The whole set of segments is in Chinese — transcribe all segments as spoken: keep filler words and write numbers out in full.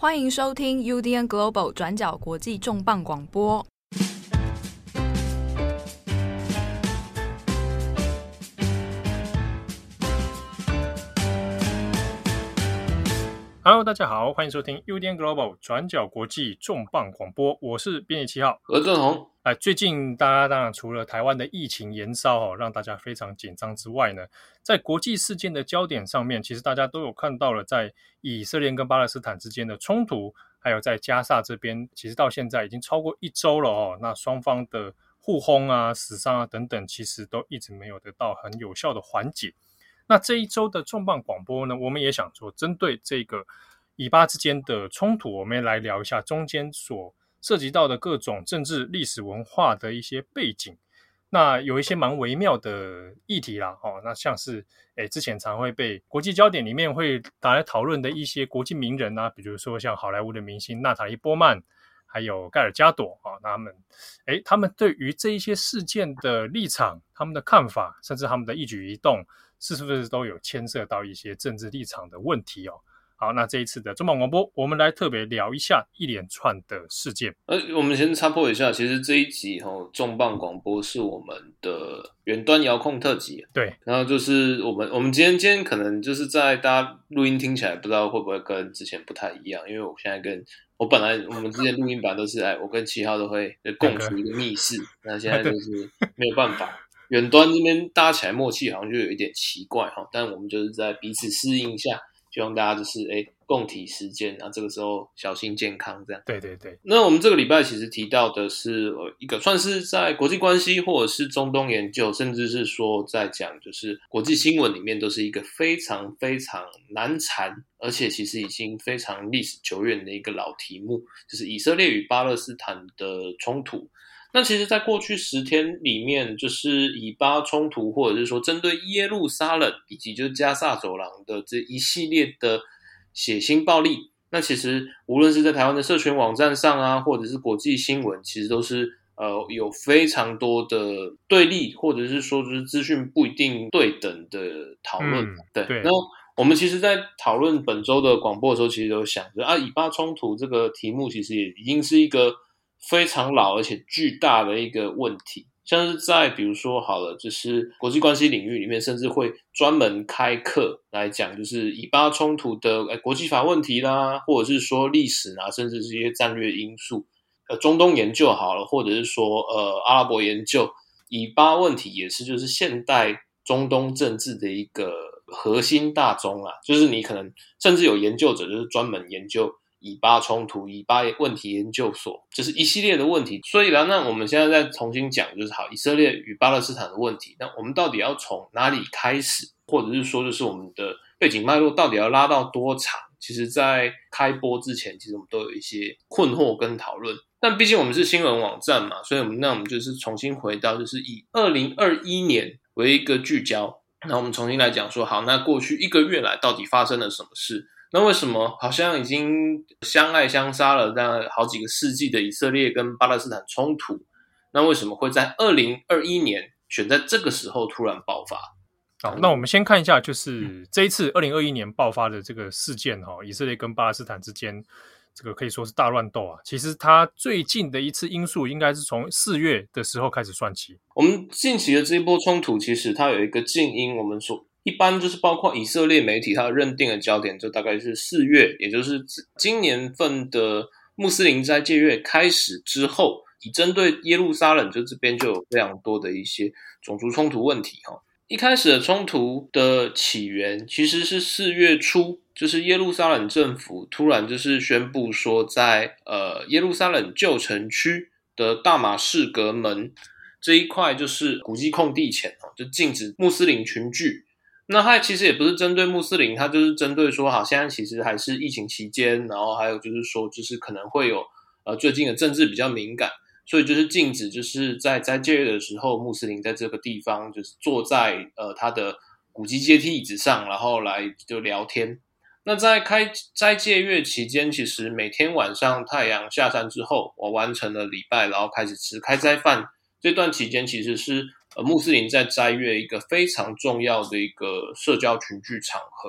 欢迎收听 U D N Global 转角国际重磅广播。 Hello， 大家好，欢迎收听 U D N Global 转角国际重磅广播，我是编辑七号， 何正宏。 哎，最近大家当然除了台湾的疫情延烧哦，让大家非常紧张之外呢，在国际事件的焦点上面，其实大家都有看到了，在以色列跟巴勒斯坦之间的冲突，还有在加萨这边，其实到现在已经超过一周了哦。那双方的互轰啊、死伤啊等等，其实都一直没有得到很有效的缓解。那这一周的重磅广播呢，我们也想说，针对这个以巴之间的冲突，我们来聊一下中间所涉及到的各种政治、历史文化的一些背景。那有一些蛮微妙的议题啦，哦，那像是诶之前常会被国际焦点里面会拿来讨论的一些国际名人啊，比如说像好莱坞的明星娜塔莉波曼，还有盖尔加朵啊，那他们诶他们对于这一些事件的立场、他们的看法，甚至他们的一举一动，是不是都有牵涉到一些政治立场的问题哦？好，那这一次的重磅广播，我们来特别聊一下一连串的事件。 呃，我们先插播一下，其实这一集齁重磅广播是我们的远端遥控特辑。 对， 然后就是我们我们今天今天可能就是在大家录音听起来不知道会不会跟之前不太一样，因为我现在跟我本来我们之前录音版都是哎，我跟七号都会共处一个密室，那现在就是没有办法。远端这边搭起来默契好像就有一点奇怪齁，但我们就是在彼此适应一下。希望大家就是诶共体时间，那这个时候小心健康这样。 对对对。 那我们这个礼拜其实提到的是呃一个算是在国际关系或者是中东研究，甚至是说在讲就是国际新闻里面都是一个非常非常难缠，而且其实已经非常历史久远的一个老题目，就是以色列与巴勒斯坦的冲突。那其实在过去十天里面，就是以巴冲突或者是说针对耶路撒冷以及就是加萨走廊的这一系列的血腥暴力，那其实无论是在台湾的社群网站上啊，或者是国际新闻，其实都是呃有非常多的对立，或者是说就是资讯不一定对等的讨论。 嗯、 对， 对。 然后我们其实在讨论本周的广播的时候，其实都想着啊，以巴冲突这个题目其实也已经是一个非常老而且巨大的一个问题，像是在比如说好了，就是国际关系领域里面，甚至会专门开课来讲，就是以巴冲突的诶国际法问题啦，或者是说历史啊，甚至是一些战略因素。呃，中东研究好了，或者是说呃阿拉伯研究，以巴问题也是就是现代中东政治的一个核心大宗啦，就是你可能甚至有研究者就是专门研究以巴冲突、以巴问题研究所，就是一系列的问题。所以啦，那我们现在再重新讲，就是好，以色列与巴勒斯坦的问题，那我们到底要从哪里开始，或者是说，就是我们的背景脉络到底要拉到多长？其实，在开播之前，其实我们都有一些困惑跟讨论。但毕竟我们是新闻网站嘛，所以我们那我们就是重新回到，就是以二零二一年为一个聚焦，那我们重新来讲说，好，那过去一个月来到底发生了什么事？那为什么好像已经相爱相杀了这样好几个世纪的以色列跟巴勒斯坦冲突，那为什么会在二零二一年选在这个时候突然爆发？ 好，那我们先看一下，就是这一次二零二一年爆发的这个事件哈，以色列跟巴勒斯坦之间这个可以说是大乱斗啊。其实它最近的一次因素应该是从四月的时候开始算起。 我们近期的这一波冲突，其实它有一个近因，我们说一般就是包括以色列媒体它认定的焦点，就大概是四月，也就是今年份的穆斯林斋戒月开始之后，以针对耶路撒冷就这边就有非常多的一些种族冲突问题哈。一开始的冲突的起源其实是四月初，就是耶路撒冷政府突然就是宣布说在，呃耶路撒冷旧城区的大马士革门这一块就是古迹空地前就禁止穆斯林群聚。那它其实也不是针对穆斯林，它就是针对说好现在其实还是疫情期间，然后还有就是说就是可能会有呃最近的政治比较敏感，所以就是禁止就是在斋戒月的时候穆斯林在这个地方就是坐在呃他的古迹阶梯椅子上，然后来就聊天。那在开斋戒月期间，其实每天晚上太阳下山之后，我完成了礼拜，然后开始吃开斋饭，这段期间其实是呃穆斯林在斋月一个非常重要的一个社交群聚场合。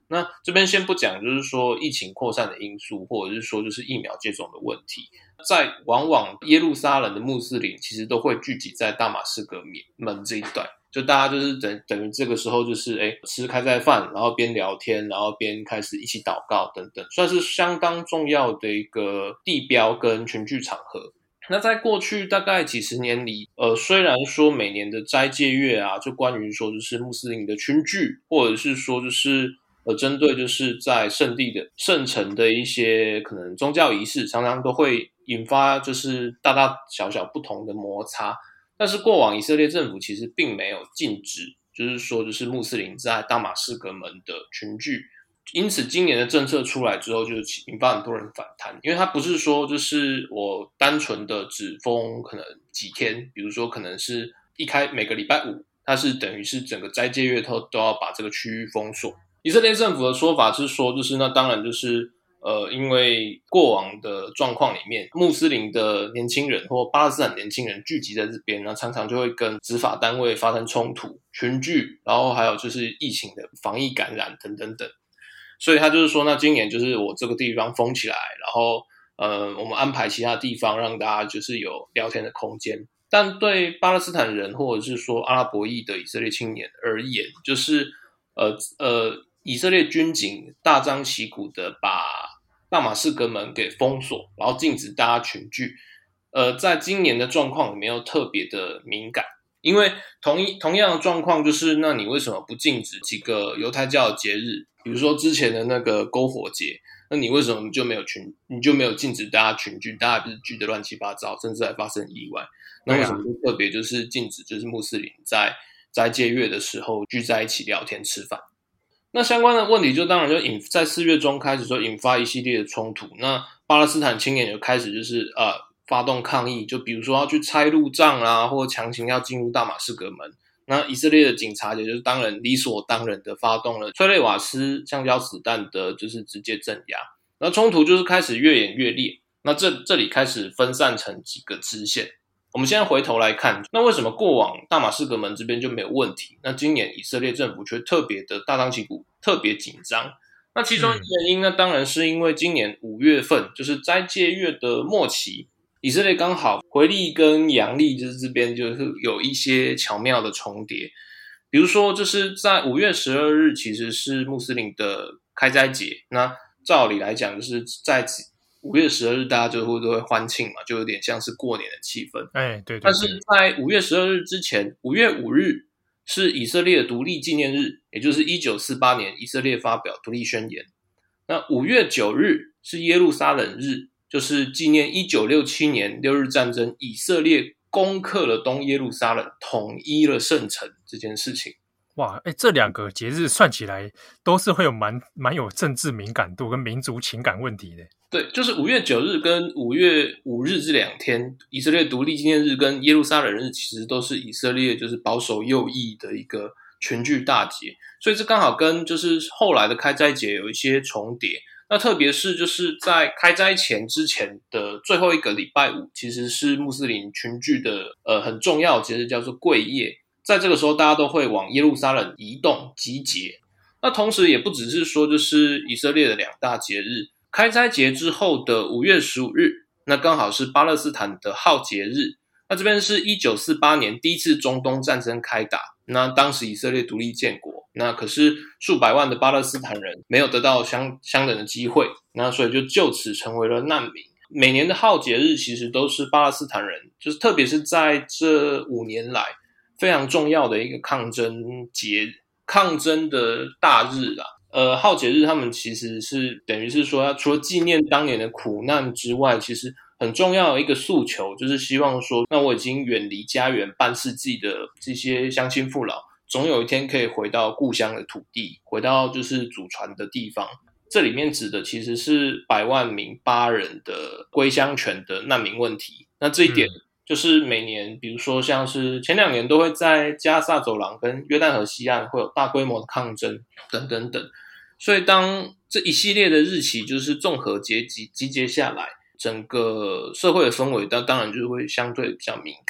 那这边先不讲就是说疫情扩散的因素，或者是说就是疫苗接种的问题，在往往耶路撒冷的穆斯林其实都会聚集在大马士革门这一带，就大家就是等等于这个时候就是诶吃开斋饭，然后边聊天，然后边开始一起祷告等等，算是相当重要的一个地标跟群聚场合。那在过去大概几十年里，呃，虽然说每年的斋戒月啊，就关于说就是穆斯林的群聚，或者是说就是呃，针对就是在圣地的圣城的一些可能宗教仪式，常常都会引发就是大大小小不同的摩擦。但是过往以色列政府其实并没有禁止，就是说就是穆斯林在大马士革门的群聚。因此今年的政策出来之后，就引发很多人反弹，因为它不是说就是我单纯的只封可能几天，比如说可能是一开每个礼拜五，它是等于是整个斋戒月都都要把这个区域封锁。以色列政府的说法是说，就是那当然就是呃，因为过往的状况里面，穆斯林的年轻人或巴勒斯坦年轻人聚集在这边，那常常就会跟执法单位发生冲突、群聚，然后还有就是疫情的防疫感染等等等。所以他就是说，那今年就是我这个地方封起来，然后呃，我们安排其他地方让大家就是有聊天的空间。但对巴勒斯坦人或者是说阿拉伯裔的以色列青年而言，就是呃呃，以色列军警大张旗鼓的把大马士革门给封锁，然后禁止大家群聚。呃，在今年的状况里面又特别的敏感。因为同一同样的状况就是，那你为什么不禁止几个犹太教的节日？比如说之前的那个篝火节，那你为什么就没有群，你就没有禁止大家群聚？大家不是聚得乱七八糟，甚至还发生意外？那为什么就特别就是禁止，就是穆斯林在斋戒月的时候聚在一起聊天吃饭？那相关的问题就当然就引在四月中开始就引发一系列的冲突。那巴勒斯坦青年就开始就是呃发动抗议，就比如说要去拆路障啦，或强行要进入大马士革门。那以色列的警察也就是当然理所当然的发动了催泪瓦斯、橡胶子弹的，就是直接镇压。那冲突就是开始越演越烈。那这这里开始分散成几个支线。我们现在回头来看，那为什么过往大马士革门这边就没有问题？那今年以色列政府却特别的大张旗鼓，特别紧张。那其中原因呢，当然是因为今年五月份就是斋戒月的末期，以色列刚好回历跟阳历就是这边就是有一些巧妙的重叠。比如说就是在五月十二日其实是穆斯林的开斋节，那照理来讲就是在五月十二日大家就会都会欢庆嘛，就有点像是过年的气氛。 哎，对对对。 但是在五月十二日之前，五月五日是以色列的独立纪念日，也就是一九四八年以色列发表独立宣言。那五月九日是耶路撒冷日，就是纪念一九六七年六日战争，以色列攻克了东耶路撒冷，统一了圣城这件事情。 哇，哎，这两个节日算起来都是会有蛮蛮有政治敏感度跟民族情感问题的。 对，就是五月九日跟五月五日这两天，以色列独立纪念日跟耶路撒冷日其实都是以色列就是保守右翼的一个群聚大节，所以这刚好跟就是后来的开斋节有一些重叠。那特别是就是在开斋前之前的最后一个礼拜五，其实是穆斯林群聚的呃很重要的节日，叫做贵夜。在这个时候，大家都会往耶路撒冷移动集结。那同时也不只是说就是以色列的两大节日，开斋节之后的五月十五日，那刚好是巴勒斯坦的浩劫日。那这边是一九四八年第一次中东战争开打，那当时以色列独立建国，那可是数百万的巴勒斯坦人没有得到相相等的机会，那所以就就此成为了难民。每年的浩劫日其实都是巴勒斯坦人，就是特别是在这五年来非常重要的一个抗争节抗争的大日啦。呃，浩劫日他们其实是等于是说，除了纪念当年的苦难之外，其实很重要的一个诉求就是希望说，那我已经远离家园半世纪的这些乡亲父老，总有一天可以回到故乡的土地，回到就是祖传的地方。这里面指的其实是百万名巴人的归乡权的难民问题。那这一点就是每年比如说像是前两年都会在加萨走廊跟约旦河西岸会有大规模的抗争等等等。所以当这一系列的日期就是综合集集结下来，整个社会的氛围当然就会相对比较敏感。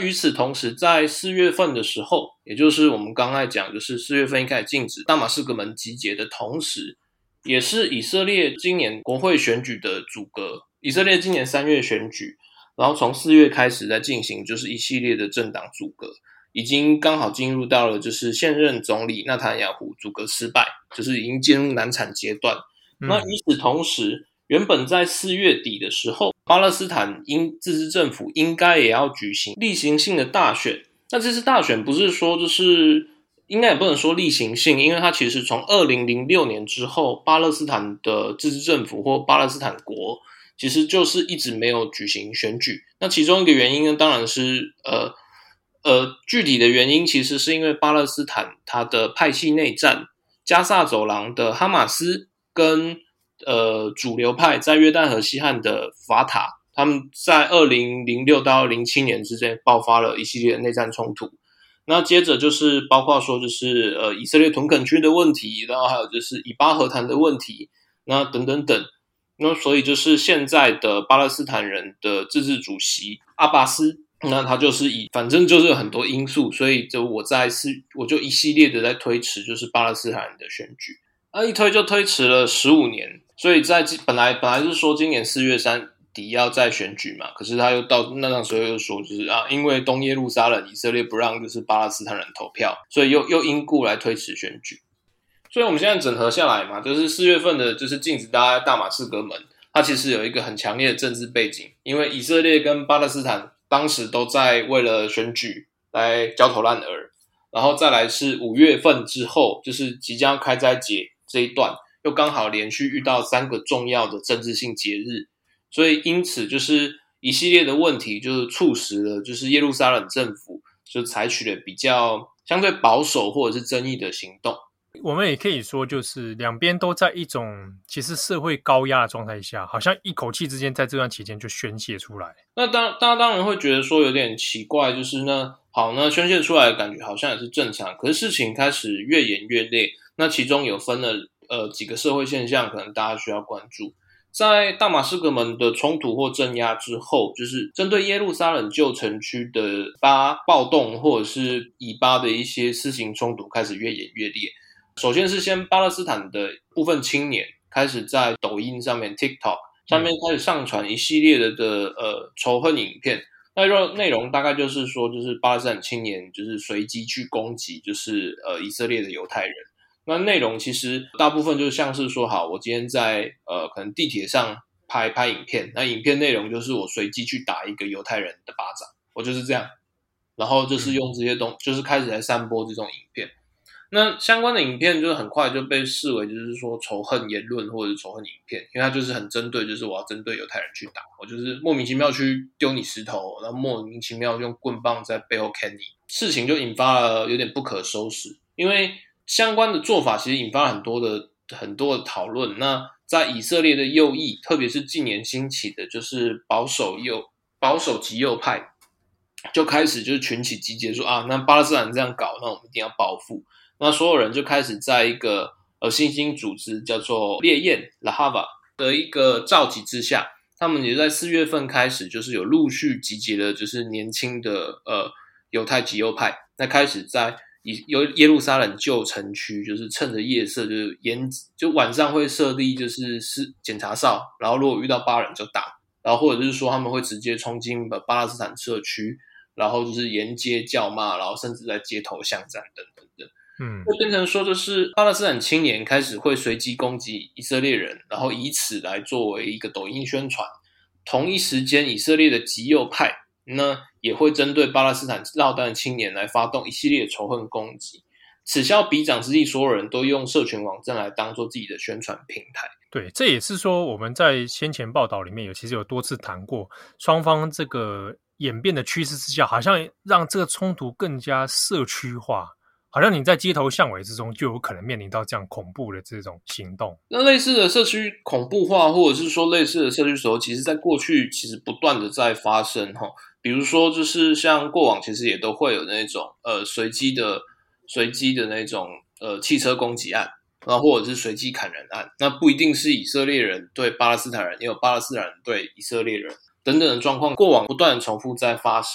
与此同时，在四月份的时候，也就是我们刚才讲，就是四月份一开始禁止大马士革门集结的同时，也是以色列今年国会选举的阻隔。以色列今年三月选举，然后从四月开始在进行就是一系列的政党阻隔，已经刚好进入到了就是现任总理纳坦雅胡阻隔失败，就是已经进入难产阶段。嗯、那与此同时，原本在四月底的时候，巴勒斯坦应自治政府应该也要举行例行性的大选。那这次大选不是说就是应该也不能说例行性，因为它其实从二零零六年之后，巴勒斯坦的自治政府或巴勒斯坦国其实就是一直没有举行选举。那其中一个原因呢，当然是呃呃具体的原因其实是因为巴勒斯坦它的派系内战，加萨走廊的哈马斯跟呃主流派在约旦河西岸的法塔，他们在二零零六到零七年之间爆发了一系列的内战冲突。那接着就是包括说就是呃以色列屯垦区的问题，然后还有就是以巴和谈的问题，那等等等。那所以就是现在的巴勒斯坦人的自治主席阿巴斯，那他就是以反正就是有很多因素，所以就我在四我就一系列的在推迟就是巴勒斯坦人的选举，啊一推就推迟了十五年，所以在本来本来是说今年四月三底要再选举嘛，可是他又到那那时候又说就是啊因为东耶路撒冷以色列不让就是巴勒斯坦人投票，所以又又因故来推迟选举。所以我们现在整合下来嘛，就是四月份的就是禁止大家大马士革门，它其实有一个很强烈的政治背景，因为以色列跟巴勒斯坦当时都在为了选举来焦头烂额，然后再来是五月份之后，就是即将开斋节这一段，又刚好连续遇到三个重要的政治性节日，所以因此就是一系列的问题，就是促使了就是耶路撒冷政府就采取了比较相对保守或者是争议的行动。 我们也可以说就是两边都在一种其实社会高压的状态下，好像一口气之间在这段期间就宣泄出来。 那当大家当然会觉得说有点奇怪，就是呢好呢宣泄出来的感觉好像也是正常，可是事情开始越演越烈，那其中有分了呃几个社会现象可能大家需要关注。在大马士革门的冲突或镇压之后，就是针对耶路撒冷旧城区的巴暴动或者是以巴的一些私刑冲突开始越演越烈。首先是先巴勒斯坦的部分青年开始在抖音上面 TikTok 上面开始上传一系列的的呃仇恨影片，那内容大概就是说就是巴勒斯坦青年就是随机去攻击就是呃以色列的犹太人。那内容其实大部分就像是说好我今天在呃可能地铁上拍拍影片，那影片内容就是我随机去打一个犹太人的巴掌，我就是这样，然后就是用这些东就是开始来散播这种影片。那相关的影片就很快就被视为就是说仇恨言论或者是仇恨影片，因为它就是很针对，就是我要针对犹太人去打，我就是莫名其妙去丢你石头，然后莫名其妙用棍棒在背后砍你，事情就引发了有点不可收拾。因为相关的做法其实引发了很多的很多的讨论。那在以色列的右翼，特别是近年兴起的就是保守右保守极右派，就开始就是群起集结说啊，那巴勒斯坦这样搞，那我们一定要报复。那所有人就开始在一个呃新兴组织叫做烈焰 Lahava 的一个召集之下，他们也在四月份开始就是有陆续集结了就是年轻的呃犹太极右派，那开始在耶路撒冷旧城区就是趁着夜色就是沿就晚上会设立就是是检查哨，然后如果遇到巴人就打，然后或者是说他们会直接冲进巴勒斯坦社区，然后就是沿街叫骂，然后甚至在街头巷战等等等。 嗯， 会变成说就是巴勒斯坦青年开始会随机攻击以色列人，然后以此来作为一个抖音宣传。同一时间以色列的极右派呢也会针对巴勒斯坦落单的青年来发动一系列仇恨攻击。此消彼长之际，所有人都用社群网站来当做自己的宣传平台。 对，这也是说我们在先前报道里面有其实有多次谈过，双方这个演变的趋势之下，好像让这个冲突更加社区化，好像你在街头巷尾之中就有可能面临到这样恐怖的这种行动。 那类似的社区恐怖化，或者是说类似的社区手，其实在过去其实不断的在发生。比如说就是像过往其实也都会有那种呃随机的随机的那种呃汽车攻击案，然后或者是随机砍人案，那不一定是以色列人对巴勒斯坦人，也有巴勒斯坦人对以色列人等等的状况，过往不断的重复在发生。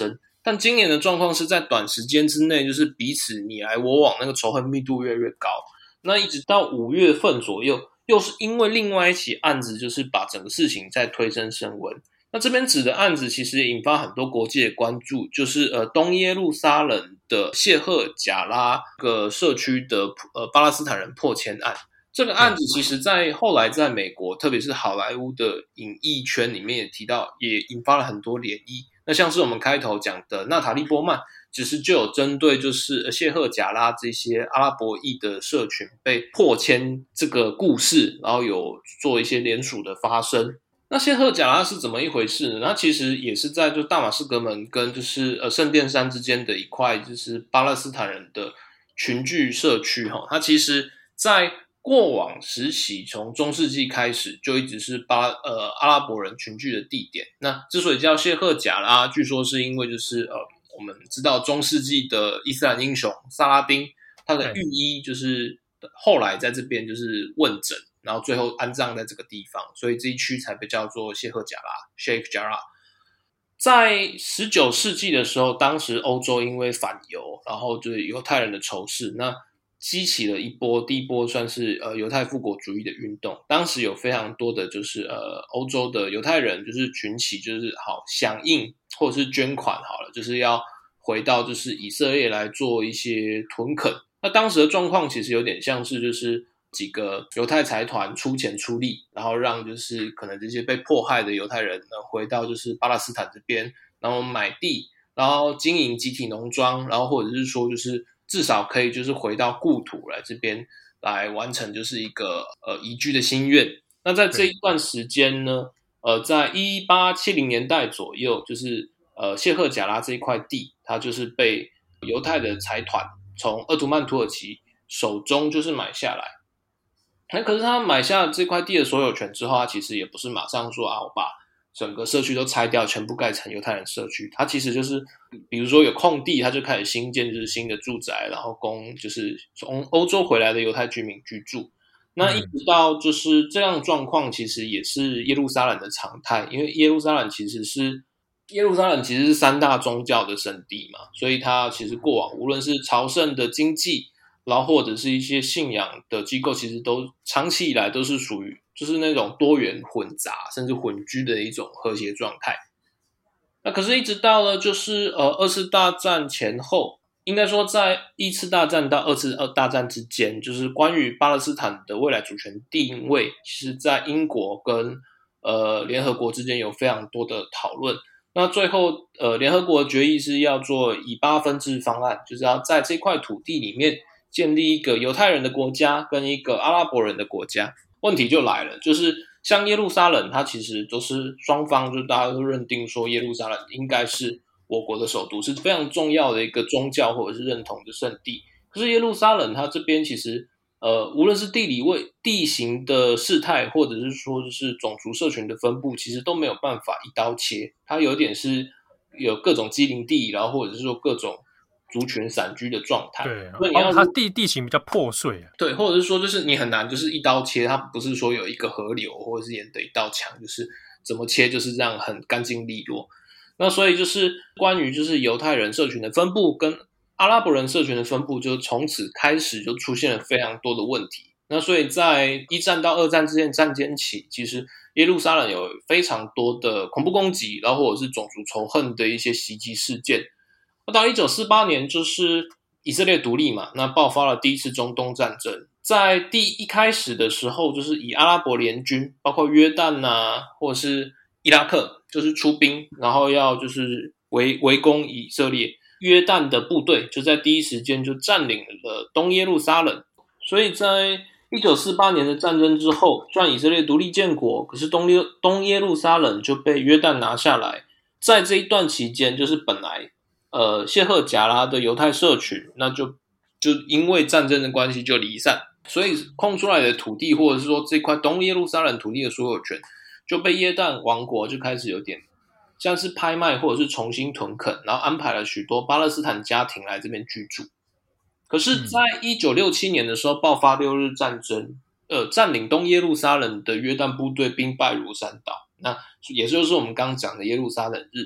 但今年的状况是在短时间之内，就是彼此你来我往，那个仇恨密度越来越高。那一直到五月份左右，又是因为另外一起案子，就是把整个事情再推升升温。那这边指的案子其实也引发很多国际的关注，就是呃东耶路撒冷的谢赫贾拉个社区的呃巴勒斯坦人迫迁案。这个案子其实在后来在美国，特别是好莱坞的影艺圈里面也提到，也引发了很多涟漪。那像是我们开头讲的娜塔莉波曼，其实就有针对就是谢赫贾拉这些阿拉伯裔的社群被迫迁这个故事，然后有做一些联署的发声。那谢赫贾拉是怎么一回事呢？那其实也是在就大马士革门跟就是呃圣殿山之间的一块就是巴勒斯坦人的群聚社区哈，它其实在过往时期从中世纪开始就一直是巴呃阿拉伯人群聚的地点。那之所以叫谢赫贾拉，据说是因为就是呃我们知道中世纪的伊斯兰英雄萨拉丁，他的御医就是后来在这边就是问诊，然后最后安葬在这个地方，所以这一区才被叫做谢赫贾拉 Sheikh Jarrah。 在十九世纪的时候，当时欧洲因为反犹，然后就是犹太人的仇视，那激起了一波第一波算是呃犹太复国主义的运动。当时有非常多的就是呃欧洲的犹太人就是群起，就是好响应或者是捐款好了，就是要回到就是以色列来做一些屯垦。那当时的状况其实有点像是就是几个犹太财团出钱出力，然后让就是可能这些被迫害的犹太人呢回到就是巴勒斯坦这边，然后买地，然后经营集体农庄，然后或者是说就是至少可以就是回到故土来这边来完成就是一个呃移居的心愿。那在这一段时间呢，呃，在一八七零年代左右，就是呃谢赫贾拉这一块地，它就是被犹太的财团从鄂图曼土耳其手中就是买下来。那可是他买下这块地的所有权之后，他其实也不是马上说啊，我把整个社区都拆掉，全部盖成犹太人社区。他其实就是比如说有空地，他就开始新建就是新的住宅，然后供就是从欧洲回来的犹太居民居住。那一直到就是这样的状况，其实也是耶路撒冷的常态，因为耶路撒冷其实是耶路撒冷其实是三大宗教的圣地嘛，所以它其实过往无论是朝圣的经济，然后或者是一些信仰的机构，其实都长期以来都是属于就是那种多元混杂甚至混居的一种和谐状态。那可是一直到了就是呃二次大战前后，应该说在一次大战到二次大战之间，就是关于巴勒斯坦的未来主权定位，其实在英国跟呃联合国之间有非常多的讨论。那最后呃联合国决议是要做以巴分治方案，就是要在这块土地里面建立一个犹太人的国家跟一个阿拉伯人的国家。问题就来了，就是像耶路撒冷，它其实都是双方就大家都认定说耶路撒冷应该是我国的首都，是非常重要的一个宗教或者是认同的圣地。可是耶路撒冷它这边其实呃，无论是地理位地形的事态，或者是说就是种族社群的分布，其实都没有办法一刀切。它有点是有各种畸零地，然后或者是说各种族群散居的状态。 对， 所以你要它地地形比较破碎啊。 对，或者是说就是你很难就是一刀切，它不是说有一个河流或者是沿的一道墙，就是怎么切就是这样很干净利落。那所以就是关于就是犹太人社群的分布跟阿拉伯人社群的分布，就从此开始就出现了非常多的问题。那所以在一战到二战之间战间起，其实耶路撒冷有非常多的恐怖攻击，然后或者是种族仇恨的一些袭击事件。那到一九四八年就是以色列独立嘛，那爆发了第一次中东战争。在第一开始的时候，就是以阿拉伯联军，包括约旦啊，或者是伊拉克，就是出兵，然后要就是围围攻以色列。约旦的部队就在第一时间就占领了东耶路撒冷。所以在一九四八年的战争之后，虽然以色列独立建国，可是东耶东耶路撒冷就被约旦拿下来。在这一段期间，就是本来呃谢赫贾拉的犹太社群，那就就因为战争的关系就离散，所以空出来的土地或者是说这块东耶路撒冷土地的所有权就被约旦王国就开始有点像是拍卖或者是重新屯垦，然后安排了许多巴勒斯坦家庭来这边居住。可是在一九六七年的时候爆发六日战争，呃，占领东耶路撒冷的约旦部队兵败如山倒，那也就是我们刚刚讲的耶路撒冷日。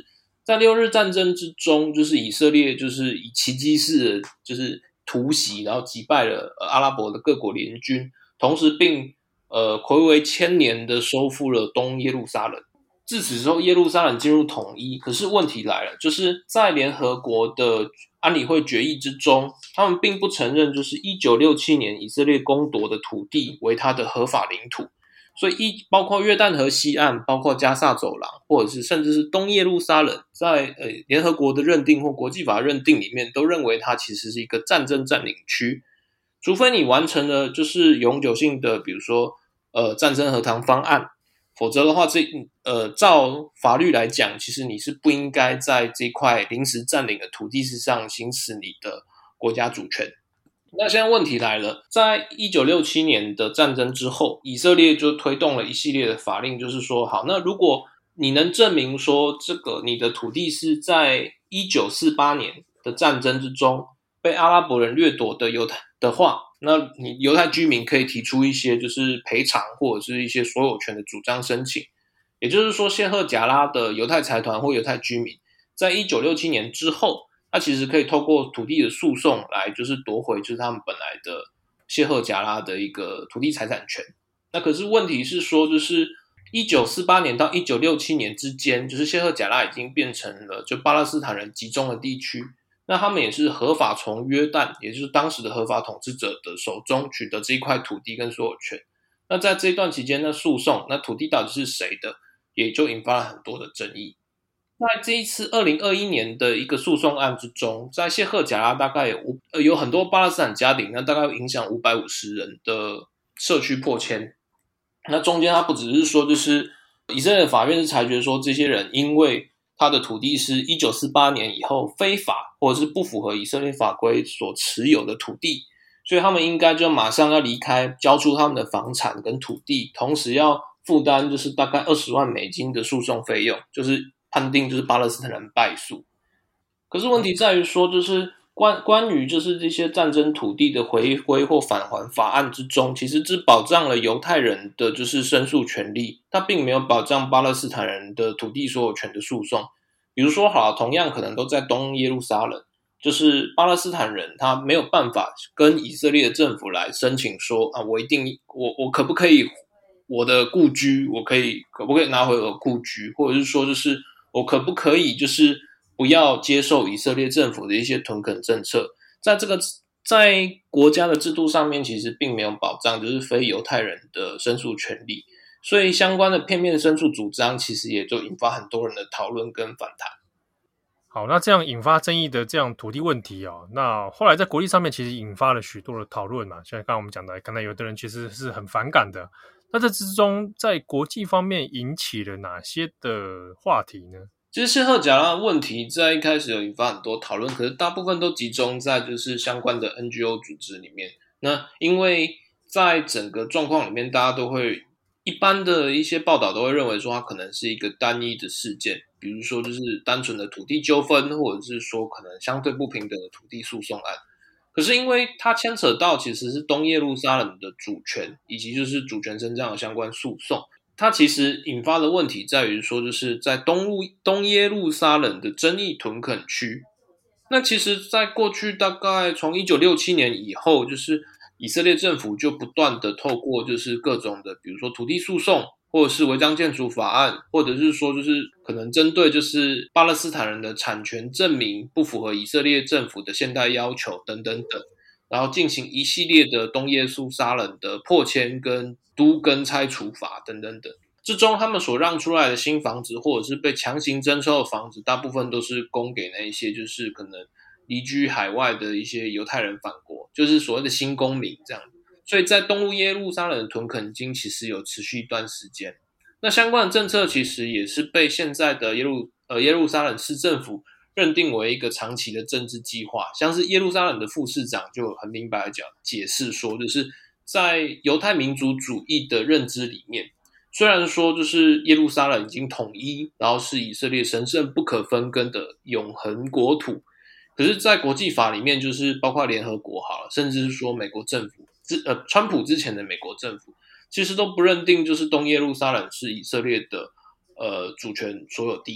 在六日战争之中，就是以色列就是以奇迹式的就是突袭，然后击败了、呃、阿拉伯的各国联军，同时并呃睽违千年的收复了东耶路撒冷。自此之后，耶路撒冷进入统一。可是问题来了，就是在联合国的安理会决议之中，他们并不承认就是一九六七年以色列攻夺的土地为它的合法领土。所以一包括约旦河西岸，包括加萨走廊，或者是甚至是东耶路撒冷，在呃联合国的认定或国际法认定里面，都认为它其实是一个战争占领区。除非你完成了就是永久性的，比如说呃战争和谈方案，否则的话，这呃照法律来讲，其实你是不应该在这块临时占领的土地之上行使你的国家主权。那现在问题来了，在一九六七年的战争之后，以色列就推动了一系列的法令，就是说，好，那如果你能证明说这个你的土地是在一九四八年的战争之中被阿拉伯人掠夺的犹太的话，那你犹太居民可以提出一些就是赔偿或者是一些所有权的主张申请。也就是说，谢赫贾拉的犹太财团或犹太居民在一九六七年之后，他其实可以透过土地的诉讼来就是夺回就是他们本来的谢赫贾拉的一个土地财产权。那可是问题是说，就是一九四八年到一九六七年之间，就是谢赫贾拉已经变成了就巴勒斯坦人集中的地区，那他们也是合法从约旦，也就是当时的合法统治者的手中取得这一块土地跟所有权。那在这一段期间的诉讼，那土地到底是谁的，也就引发了很多的争议。在这一次二零二一年的一个诉讼案之中，在谢赫贾拉大概有五呃有很多巴勒斯坦家庭，那大概影响五百五十人的社区破迁。那中间他不只是说，就是以色列法院是裁决说，这些人因为他的土地是一九四八年以后非法或者是不符合以色列法规所持有的土地，所以他们应该就马上要离开，交出他们的房产跟土地，同时要负担就是大概二十万美金的诉讼费用，就是判定就是巴勒斯坦人败诉。可是问题在于说，就是关关于就是这些战争土地的回归或返还法案之中，其实只保障了犹太人的就是申诉权利，它并没有保障巴勒斯坦人的土地所有权的诉讼。比如说好，同样可能都在东耶路撒冷，就是巴勒斯坦人他没有办法跟以色列的政府来申请说啊，我一定我我可不可以我的故居，我可以可不可以拿回我的故居，或者是说就是我可不可以就是不要接受以色列政府的一些屯垦政策。在这个在国家的制度上面其实并没有保障就是非犹太人的申诉权利，所以相关的片面申诉主张其实也就引发很多人的讨论跟反弹。 好，那这样引发争议的这样土地问题哦，那后来在国际上面其实引发了许多的讨论嘛，像刚刚我们讲的，可能有的人其实是很反感的。那这之中在国际方面引起了哪些的话题呢？ 其实谢赫贾拉的问题在一开始有引发很多讨论，可是大部分都集中在就是相关的 N G O 组织里面。那因为在整个状况里面，大家都会一般的一些报道都会认为说它可能是一个单一的事件，比如说就是单纯的土地纠纷，或者是说可能相对不平等的土地诉讼案。可是因为它牵扯到其实是东耶路撒冷的主权，以及就是主权伸张的相关诉讼，它其实引发的问题在于说，就是在东路东耶路撒冷的争议屯垦区。那其实在过去大概从一九六七年以后，就是以色列政府就不断的透过就是各种的比如说土地诉讼，或者是违章建筑法案，或者是说就是可能针对就是巴勒斯坦人的产权证明不符合以色列政府的现代要求等等等，然后进行一系列的东耶路撒冷的迫迁跟都更拆除法等等等。之中他们所让出来的新房子或者是被强行征收的房子，大部分都是供给那一些就是可能离居海外的一些犹太人返国，就是所谓的新公民这样。所以在东耶路撒冷的屯垦经其实有持续一段时间。那相关的政策其实也是被现在的耶路呃耶路撒冷市政府认定为一个长期的政治计划。像是耶路撒冷的副市长就很明白的讲解释说，就是在犹太民族主义的认知里面，虽然说就是耶路撒冷已经统一，然后是以色列神圣不可分割的永恒国土，可是在国际法里面，就是包括联合国好了，甚至是说美国政府呃川普之前的美国政府其实都不认定就是东耶路撒冷是以色列的呃主权所有地。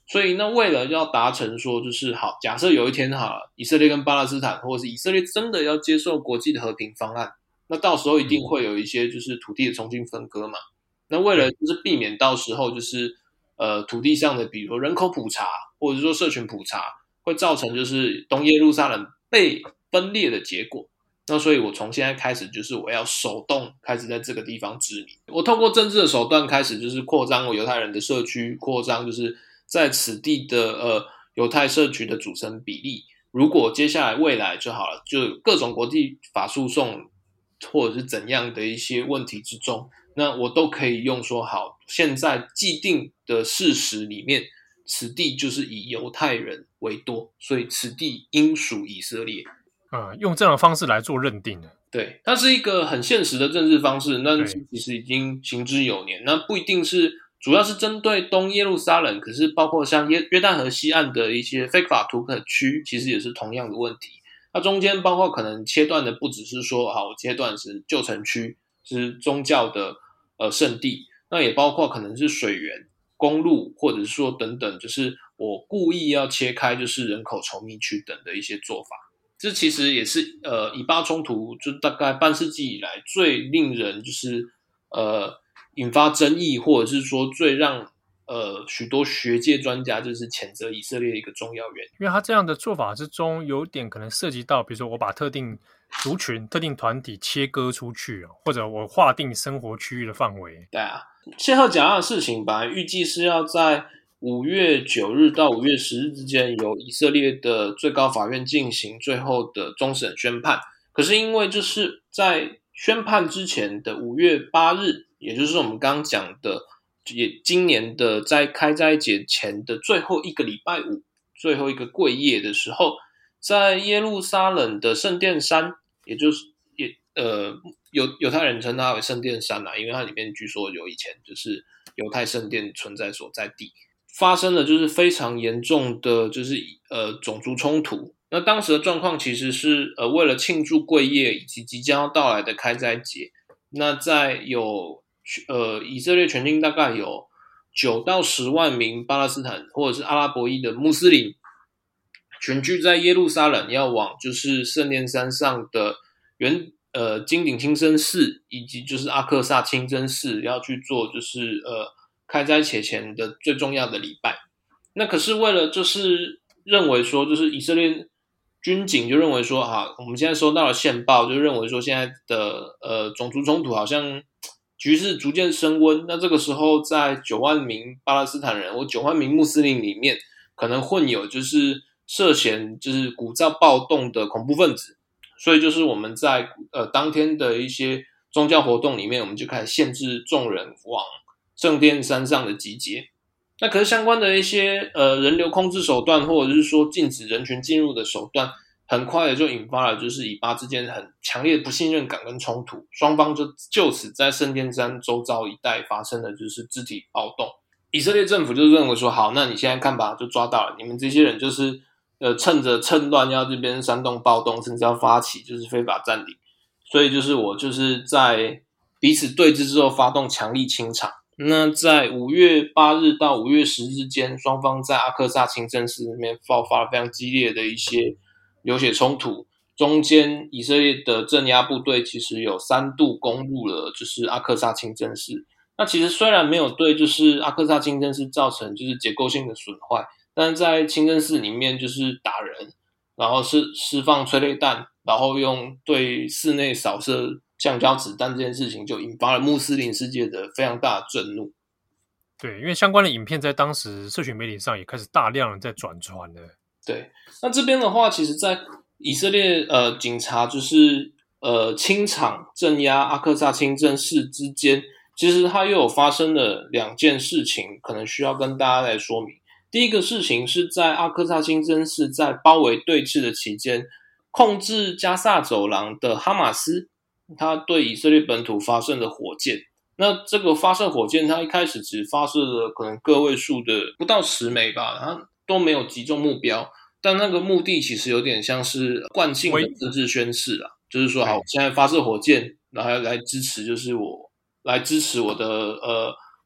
所以那为了要达成说就是好，假设有一天哈，以色列跟巴勒斯坦或者是以色列真的要接受国际的和平方案，那到时候一定会有一些就是土地的重新分割嘛。那为了就是避免到时候就是呃土地上的比如说人口普查或者是说社群普查会造成就是东耶路撒冷被分裂的结果，那所以我从现在开始就是我要手动开始在这个地方殖民，我透过政治的手段开始就是扩张我犹太人的社区，扩张就是在此地的呃犹太社区的组成比例。如果接下来未来就好了，就各种国际法诉讼或者是怎样的一些问题之中，那我都可以用说好，现在既定的事实里面，此地就是以犹太人为多，所以此地应属以色列。 嗯，用这样的方式来做认定的。 对，它是一个很现实的政治方式，那其实已经行之有年。那不一定是主要是针对东耶路撒冷，可是包括像约约旦河西岸的一些非法土垦区，其实也是同样的问题。它中间包括可能切断的不只是说好切断是旧城区，是宗教的呃圣地，那也包括可能是水源、公路，或者是说等等，就是我故意要切开就是人口稠密区等的一些做法。这其实也是呃以巴冲突就大概半世纪以来最令人就是呃引发争议，或者是说最让呃许多学界专家就是谴责以色列的一个重要原因。 因为他这样的做法之中有点可能涉及到比如说我把特定族群特定团体切割出去，或者我划定生活区域的范围。 对啊，谢赫贾拉的事情本来预计是要在五月九日到五月十日之间由以色列的最高法院进行最后的终审宣判，可是因为就是在宣判之前的五月八日，也就是我们刚刚讲的也今年的在开斋节前的最后一个礼拜五，最后一个贵夜的时候，在耶路撒冷的圣殿山，也就是也呃犹犹太人称它为圣殿山啦、啊，因为它里面据说有以前就是犹太圣殿存在所在地，发生了就是非常严重的就是呃种族冲突。那当时的状况其实是呃为了庆祝贵夜以及即将要到来的开斋节，那在有呃以色列全境大概有九到十万名巴勒斯坦或者是阿拉伯裔的穆斯林全聚在耶路撒冷，要往就是圣殿山上的原呃金顶清真寺以及就是阿克萨清真寺要去做就是呃开斋节前的最重要的礼拜。那可是为了就是认为说就是以色列军警就认为说啊，我们现在收到了线报，就认为说现在的呃种族冲突好像局势逐渐升温。那这个时候在九万名巴勒斯坦人或九万名穆斯林里面，可能混有就是涉嫌就是鼓噪暴动的恐怖分子，所以就是我们在呃当天的一些宗教活动里面，我们就开始限制众人往圣殿山上的集结。那可是相关的一些呃人流控制手段，或者是说禁止人群进入的手段，很快的就引发了就是以巴之间很强烈的不信任感跟冲突，双方就就此在圣殿山周遭一带发生了就是肢体暴动。以色列政府就认为说，好，那你现在看吧，就抓到了，你们这些人就是呃趁着趁乱要这边煽动暴动，甚至要发起就是非法占领，所以就是我就是在彼此对峙之后发动强力清场。那在五月八日到五月十日间，双方在阿克萨清真寺那边爆发了非常激烈的一些流血冲突，中间以色列的镇压部队其实有三度攻入了就是阿克萨清真寺。那其实虽然没有对就是阿克萨清真寺造成就是结构性的损坏，但是在清真寺里面就是打人，然后是释放催泪弹，然后用对寺内扫射橡胶子弹这件事情，就引发了穆斯林世界的非常大的震怒。 对，因为相关的影片在当时社群媒体上也开始大量的在转传了。 对，那这边的话，其实在以色列呃警察就是呃清场镇压阿克萨清真寺之间，其实它又有发生了两件事情，可能需要跟大家来说明。第一个事情是在阿克萨清真寺在包围对峙的期间，控制加萨走廊的哈马斯，他对以色列本土发射了火箭。那这个发射火箭，它一开始只发射了可能个位数的不到十枚吧，它都没有击中目标。但那个目的其实有点像是惯性的政治宣示啦，就是说，好，我现在发射火箭，然后来支持，就是我来支持我的呃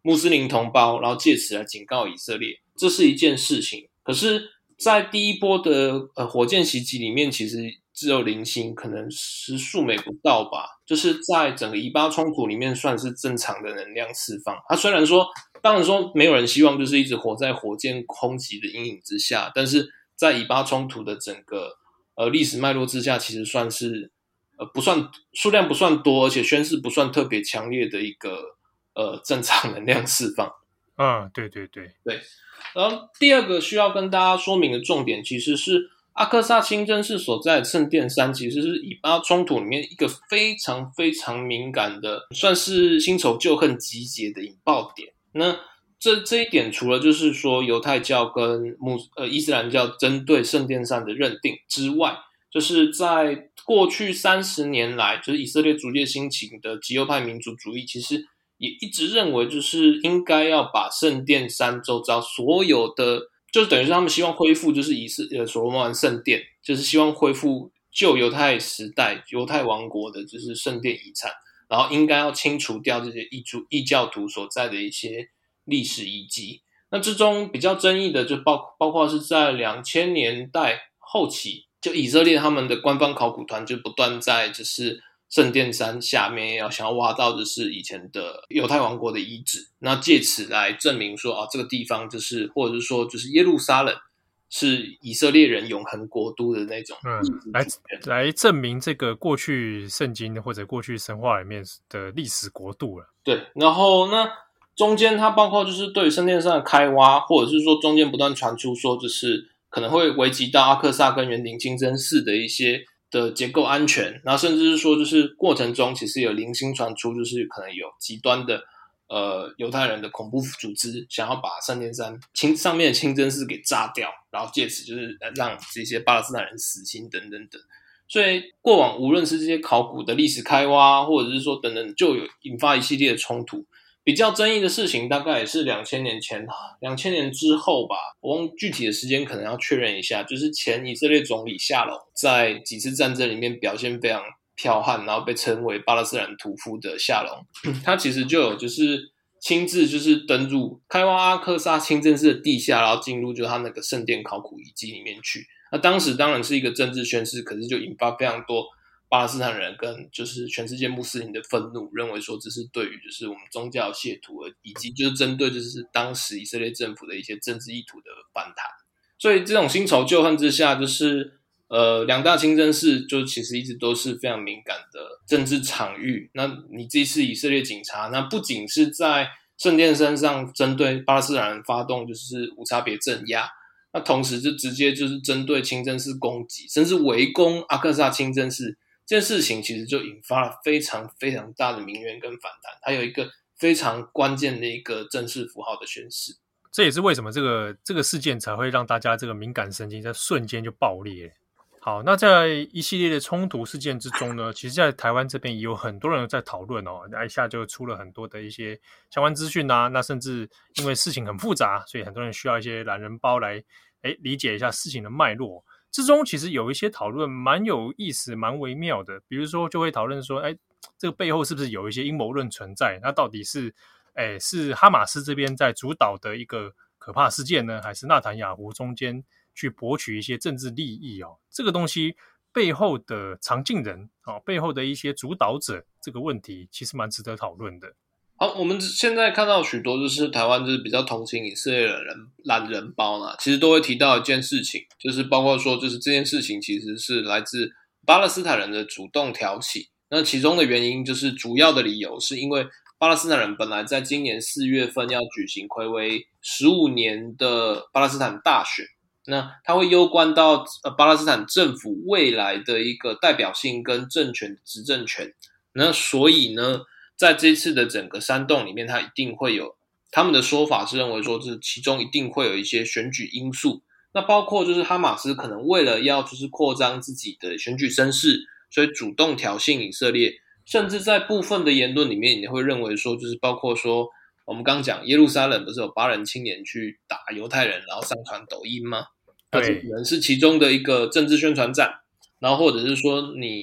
穆斯林同胞，然后借此来警告以色列，这是一件事情。可是在第一波的呃火箭袭击里面，其实只有零星，可能十数枚不到吧，就是在整个以巴冲突里面算是正常的能量释放。它虽然说当然说没有人希望就是一直活在火箭空袭的阴影之下，但是在以巴冲突的整个呃历史脉络之下，其实算是呃不算数量不算多，而且宣示不算特别强烈的一个呃正常能量释放。 嗯，对对对对。然后第二个需要跟大家说明的重点，其实是阿克萨清真寺所在的圣殿山，其实是以巴冲突里面一个非常非常敏感的，算是新仇旧恨集结的引爆点。那这这一点，除了就是说犹太教跟穆呃伊斯兰教针对圣殿山的认定之外，就是在过去三十年来，就是以色列逐渐兴起的极右派民族主义，其实也一直认为，就是应该要把圣殿山周遭所有的，就是等于是他们希望恢复，就是以色呃所罗门王圣殿，就是希望恢复旧犹太时代犹太王国的，就是圣殿遗产，然后应该要清除掉这些异族异教徒所在的一些历史遗迹。那之中比较争议的，就包包括是在两千年代后期，就以色列他们的官方考古团就不断在就是圣殿山下面要想要挖到的是以前的犹太王国的遗址，那借此来证明说啊，这个地方就是或者是说就是耶路撒冷是以色列人永恒国都的那种， 嗯，来来证明这个过去圣经或者过去神话里面的历史国度了。 对，然后那中间它包括就是对于圣殿山的开挖，或者是说中间不断传出说就是可能会危及到阿克萨跟园林清真寺的一些的结构安全，然后甚至是说就是过程中其实有零星传出就是可能有极端的呃犹太人的恐怖组织想要把圣殿山清上面的清真寺给炸掉，然后借此就是让这些巴勒斯坦人死心等等等。所以过往无论是这些考古的历史开挖，或者是说等等，就有引发一系列的冲突。比较争议的事情大概也是两千年前两千年之后吧，我忘具体的时间可能要确认一下，就是前以色列总理夏隆在几次战争里面表现非常剽悍，然后被称为巴勒斯坦屠夫的夏隆，他其实就有就是亲自就是登入开挖阿克萨清真寺的地下，然后进入就他那个圣殿考古遗迹里面去。那当时当然是一个政治宣示，可是就引发非常多巴勒斯坦人跟就是全世界穆斯林的愤怒，认为说这是对于就是我们宗教亵渎，以及就是针对就是当时以色列政府的一些政治意图的反弹。所以这种新仇旧恨之下，就是呃两大清真寺就其实一直都是非常敏感的政治场域。那你这次以色列警察，那不仅是在圣殿山上针对巴勒斯坦人发动就是无差别镇压，那同时就直接就是针对清真寺攻击，甚至围攻阿克萨清真寺。这件事情其实就引发了非常非常大的民怨跟反弹，还有一个非常关键的一个正式符号的宣示。 这也是为什么这个这个事件才会让大家这个敏感神经在瞬间就爆裂。好，那在一系列的冲突事件之中呢，其实在台湾这边也有很多人在讨论哦，那一下就出了很多的一些相关资讯啊，那甚至因为事情很复杂，所以很多人需要一些懒人包来诶理解一下事情的脉络。之中其实有一些讨论蛮有意思蛮微妙的，比如说就会讨论说哎，这个背后是不是有一些阴谋论存在，那到底是哎是哈马斯这边在主导的一个可怕事件呢，还是纳坦雅胡中间去博取一些政治利益哦？这个东西背后的藏镜人哦，背后的一些主导者，这个问题其实蛮值得讨论的。 好，我们现在看到许多就是台湾就是比较同情以色列的人懒人包啦，其实都会提到一件事情，就是包括说就是这件事情其实是来自巴勒斯坦人的主动挑起。那其中的原因就是主要的理由是因为巴勒斯坦人本来在今年四月份要举行睽违十五年的巴勒斯坦大选，那它会攸关到呃巴勒斯坦政府未来的一个代表性跟政权执政权。那所以呢，在这次的整个煽动里面，它一定会有他们的说法是认为说，这其中一定会有一些选举因素。那包括就是哈马斯可能为了要就是扩张自己的选举声势，所以主动挑衅以色列，甚至在部分的言论里面，你会认为说，就是包括说我们刚讲耶路撒冷不是有巴人青年去打犹太人，然后上传抖音吗？那这可能是其中的一个政治宣传战。然后或者是说你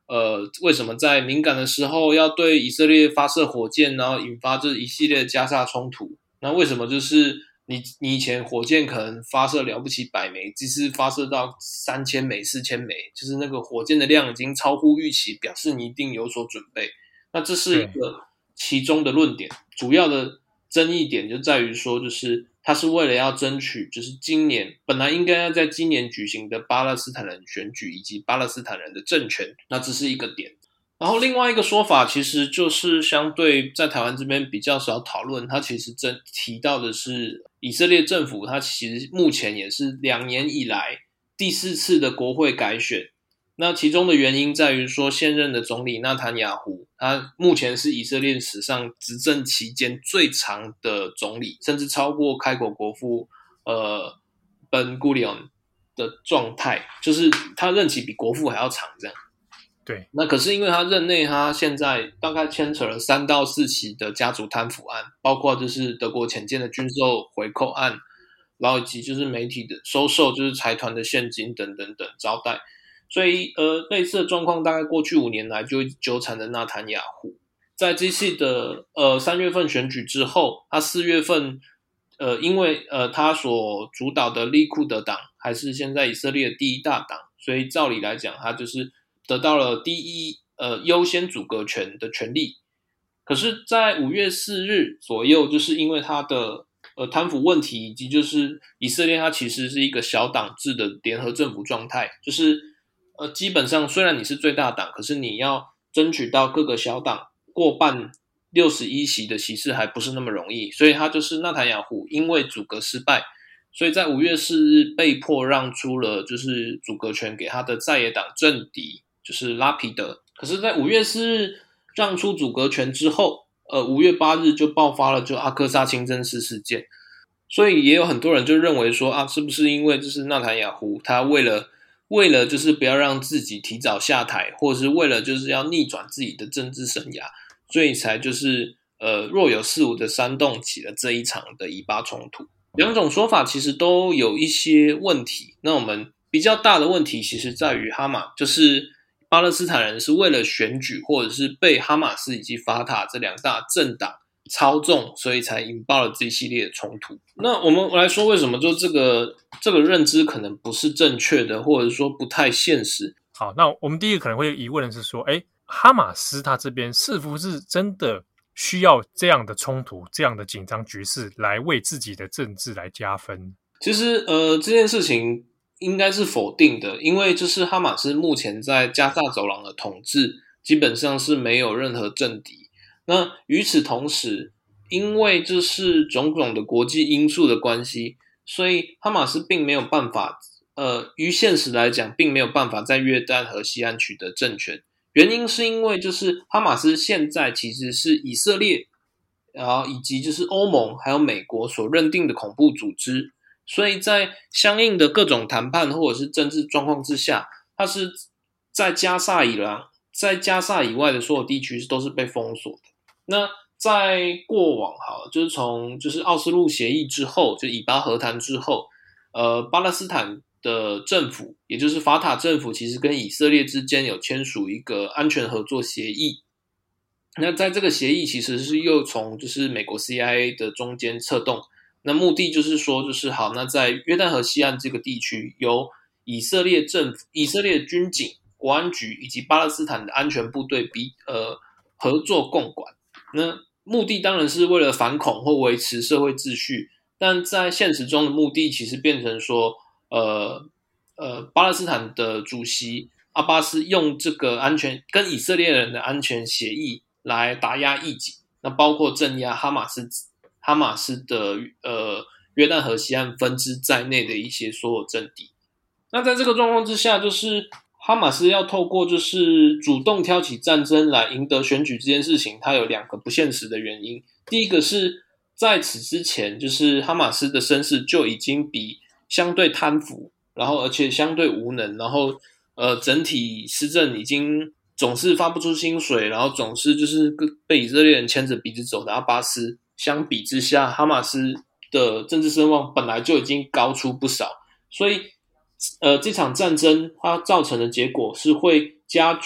呃，为什么在敏感的时候要对以色列发射火箭，然后引发这一系列的加沙冲突？那为什么就是你你以前火箭可能发射了不起百枚，这次发射到三千枚、四千枚，就是那个火箭的量已经超乎预期，表示你一定有所准备。那这是一个其中的论点，主要的争议点就在于说，就是他是为了要争取，就是今年本来应该要在今年举行的巴勒斯坦人选举以及巴勒斯坦人的政权，那这是一个点。然后另外一个说法，其实就是相对在台湾这边比较少讨论，他其实真提到的是以色列政府，他其实目前也是两年以来第四次的国会改选。那其中的原因在于说，现任的总理纳坦雅胡，他目前是以色列史上执政期间最长的总理，甚至超过开国国父呃本古里昂的状态，就是他任期比国父还要长这样。 对， 那可是因为他任内，他现在大概牵扯了三到四起的家族贪腐案，包括就是德国潜舰的军售回扣案，然后以及就是媒体的收受，就是财团的现金等等等招待。所以，呃，类似的状况大概过去五年来就纠缠的纳坦雅胡，在这次的呃三月份选举之后，他四月份，呃，因为呃他所主导的利库德党还是现在以色列的第一大党，所以照理来讲，他就是得到了第一呃优先阻隔权的权利。可是，在五月四日左右，就是因为他的呃贪腐问题，以及就是以色列它其实是一个小党制的联合政府状态，就是呃，基本上虽然你是最大党，可是你要争取到各个小党过半六十一席的席次还不是那么容易，所以他就是纳坦雅胡因为阻隔失败，所以在五月四日被迫让出了就是阻隔权给他的在野党政敌，就是拉皮德。可是在五月四日让出阻隔权之后，呃，五月八日就爆发了就阿克萨清真寺事件，所以也有很多人就认为说啊，是不是因为就是纳坦雅胡他为了为了就是不要让自己提早下台，或者是为了就是要逆转自己的政治生涯，所以才就是呃若有似无的煽动起了这一场的以巴冲突。两种说法其实都有一些问题。那我们比较大的问题其实在于哈马，就是巴勒斯坦人是为了选举或者是被哈马斯以及法塔这两大政党操纵，所以才引爆了这一系列的冲突。那我们来说为什么就这个这个认知可能不是正确的，或者说不太现实。 好，那我们第一个可能会疑问的是说，诶，哈马斯他这边是不是真的需要这样的冲突，这样的紧张局势来为自己的政治来加分？ 其实呃这件事情应该是否定的，因为就是哈马斯目前在加萨走廊的统治基本上是没有任何政敌。那与此同时，因为这是种种的国际因素的关系，所以哈马斯并没有办法呃，于现实来讲并没有办法在约旦和西岸取得政权。原因是因为就是哈马斯现在其实是以色列然后以及就是欧盟还有美国所认定的恐怖组织，所以在相应的各种谈判或者是政治状况之下，它是在加萨以来在加萨以外的所有地区都是被封锁的。那在过往好，就是从就是奥斯陆协议之后，就以巴和谈之后，呃，巴勒斯坦的政府，也就是法塔政府，其实跟以色列之间有签署一个安全合作协议。那在这个协议其实是又从就是美国 C I A 的中间策动，那目的就是说，就是好，那在约旦河西岸这个地区，由以色列政府、以色列军警、国安局以及巴勒斯坦的安全部队比呃合作共管。那目的当然是为了反恐或维持社会秩序，但在现实中的目的其实变成说，呃呃，巴勒斯坦的主席阿巴斯用这个安全跟以色列人的安全协议来打压异己，那包括镇压哈马斯哈马斯的呃约旦河西岸分支在内的一些所有政敌。那在这个状况之下，就是哈马斯要透过就是主动挑起战争来赢得选举这件事情，它有两个不现实的原因。第一个是在此之前，就是哈马斯的声势就已经比相对贪腐，然后而且相对无能，然后呃整体施政已经总是发不出薪水，然后总是就是被以色列人牵着鼻子走的阿巴斯，相比之下，哈马斯的政治声望本来就已经高出不少，所以呃，这场战争它造成的结果是会加剧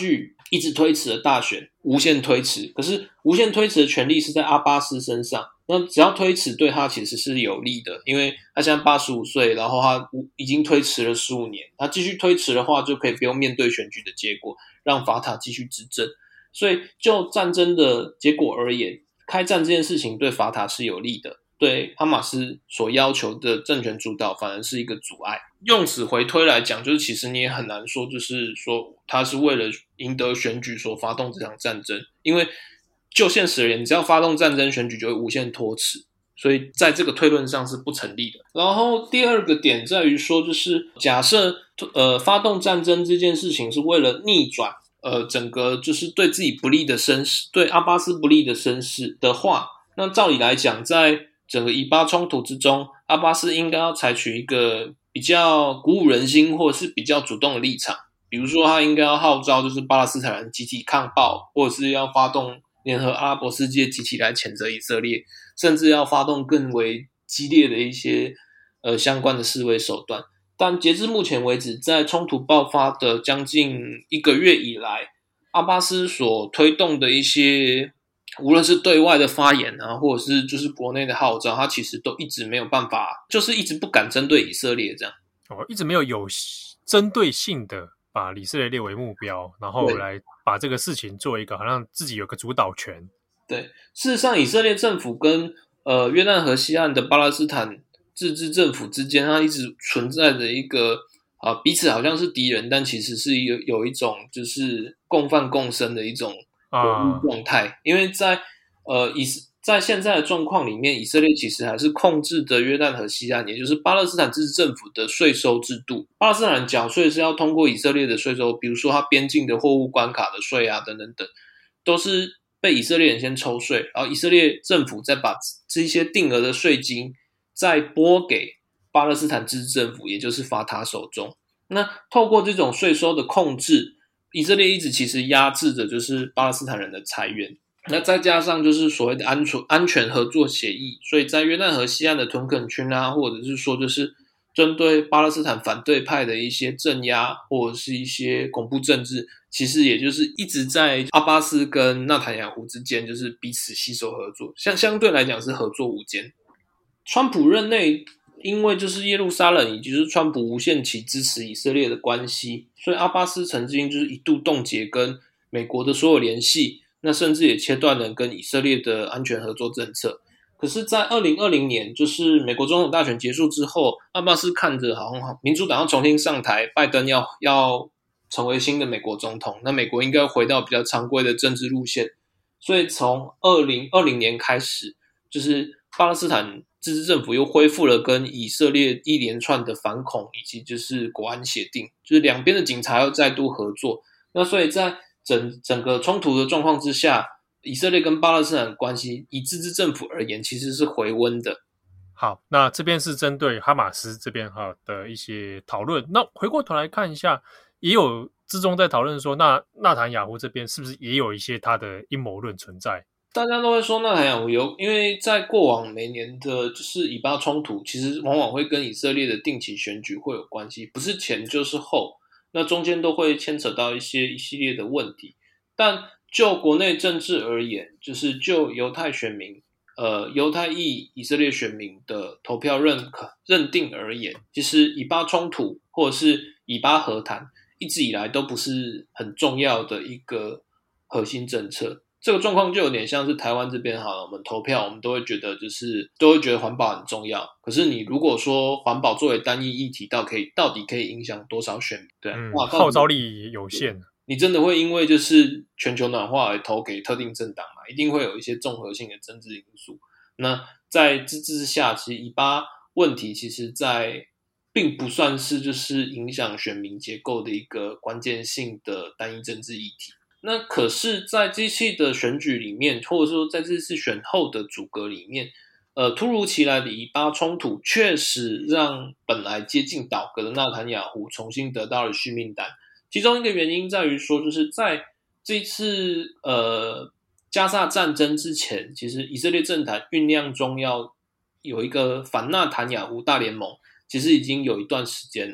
一直推迟了大选，无限推迟。可是无限推迟的权利是在阿巴斯身上，那只要推迟对他其实是有利的，因为他现在八十五岁，然后他已经推迟了十五年，他继续推迟的话就可以不用面对选举的结果，让法塔继续执政。所以就战争的结果而言，开战这件事情对法塔是有利的，对哈马斯所要求的政权主导反而是一个阻碍。用此回推来讲，就是其实你也很难说就是说他是为了赢得选举所发动这场战争，因为就现实而言，你只要发动战争，选举就会无限拖迟，所以在这个推论上是不成立的。然后第二个点在于说，就是假设呃发动战争这件事情是为了逆转呃整个就是对自己不利的声势，对阿巴斯不利的声势的话，那照理来讲，在整个以巴冲突之中，阿巴斯应该要采取一个比较鼓舞人心或者是比较主动的立场，比如说他应该要号召就是巴勒斯坦人集体抗暴，或者是要发动联合阿拉伯世界集体来谴责以色列，甚至要发动更为激烈的一些呃相关的示威手段。但截至目前为止，在冲突爆发的将近一个月以来，阿巴斯所推动的一些无论是对外的发言啊，或者是就是国内的号召，他其实都一直没有办法，就是一直不敢针对以色列这样。 哦，一直没有有针对性的把以色列列为目标，然后来把这个事情做一个好像自己有个主导权。 对，事实上以色列政府跟呃约旦河西岸的巴勒斯坦自治政府之间，它一直存在着一个啊、呃、彼此好像是敌人，但其实是有有一种就是共犯共生的一种状态、啊，因为在呃以在现在的状况里面，以色列其实还是控制着约旦河西岸，也就是巴勒斯坦自治政府的税收制度。巴勒斯坦人缴税是要通过以色列的税收，比如说他边境的货物关卡的税啊，等等等，都是被以色列人先抽税，然后以色列政府再把这些定额的税金再拨给巴勒斯坦自治政府，也就是法塔手中。那透过这种税收的控制，以色列一直其实压制着就是巴勒斯坦人的财源。那再加上就是所谓的安全安全合作协议，所以在约旦河西岸的屯垦区啊，或者是说就是针对巴勒斯坦反对派的一些镇压或者是一些恐怖政治，其实也就是一直在阿巴斯跟纳坦雅胡之间就是彼此携手合作，相相对来讲是合作无间。川普任内因为就是耶路撒冷以及就是川普无限期支持以色列的关系，所以阿巴斯曾经就是一度冻结跟美国的所有联系，那甚至也切断了跟以色列的安全合作政策。可是在二零二零年，就是美国总统大选结束之后，阿巴斯看着好像民主党要重新上台，拜登要要成为新的美国总统，那美国应该回到比较常规的政治路线。所以从二零二零年开始，就是巴勒斯坦自治政府又恢复了跟以色列一连串的反恐以及就是国安协定，就是两边的警察要再度合作。那所以在整整个冲突的状况之下，以色列跟巴勒斯坦的关系以自治政府而言其实是回温的。 好，那这边是针对哈马斯这边哈的一些讨论。那回过头来看一下，也有之中在讨论说，那纳坦雅胡这边是不是也有一些他的阴谋论存在？ 大家都会说纳坦雅胡有，因为在过往每年的就是以巴冲突，其实往往会跟以色列的定期选举会有关系，不是前就是后，那中间都会牵扯到一些一系列的问题。但就国内政治而言，就是就犹太选民呃，犹太裔以色列选民的投票认可认定而言，其实以巴冲突或者是以巴和谈一直以来都不是很重要的一个核心政策。这个状况就有点像是台湾这边好了，我们投票我们都会觉得就是都会觉得环保很重要，可是你如果说环保作为单一议题到可以到底可以影响多少选民，对、啊嗯、号召力有限， 你真的会因为就是全球暖化而投给特定政党吗？一定会有一些综合性的政治因素。那在这之下，其实以巴问题其实在并不算是就是影响选民结构的一个关键性的单一政治议题。那可是在这次的选举里面，或者说在这次选后的组阁里面，呃，突如其来的以巴冲突确实让本来接近倒戈的纳坦雅胡重新得到了续命单。其中一个原因在于说，就是在这次呃加萨战争之前，其实以色列政坛酝酿中要有一个反纳坦雅胡大联盟，其实已经有一段时间了。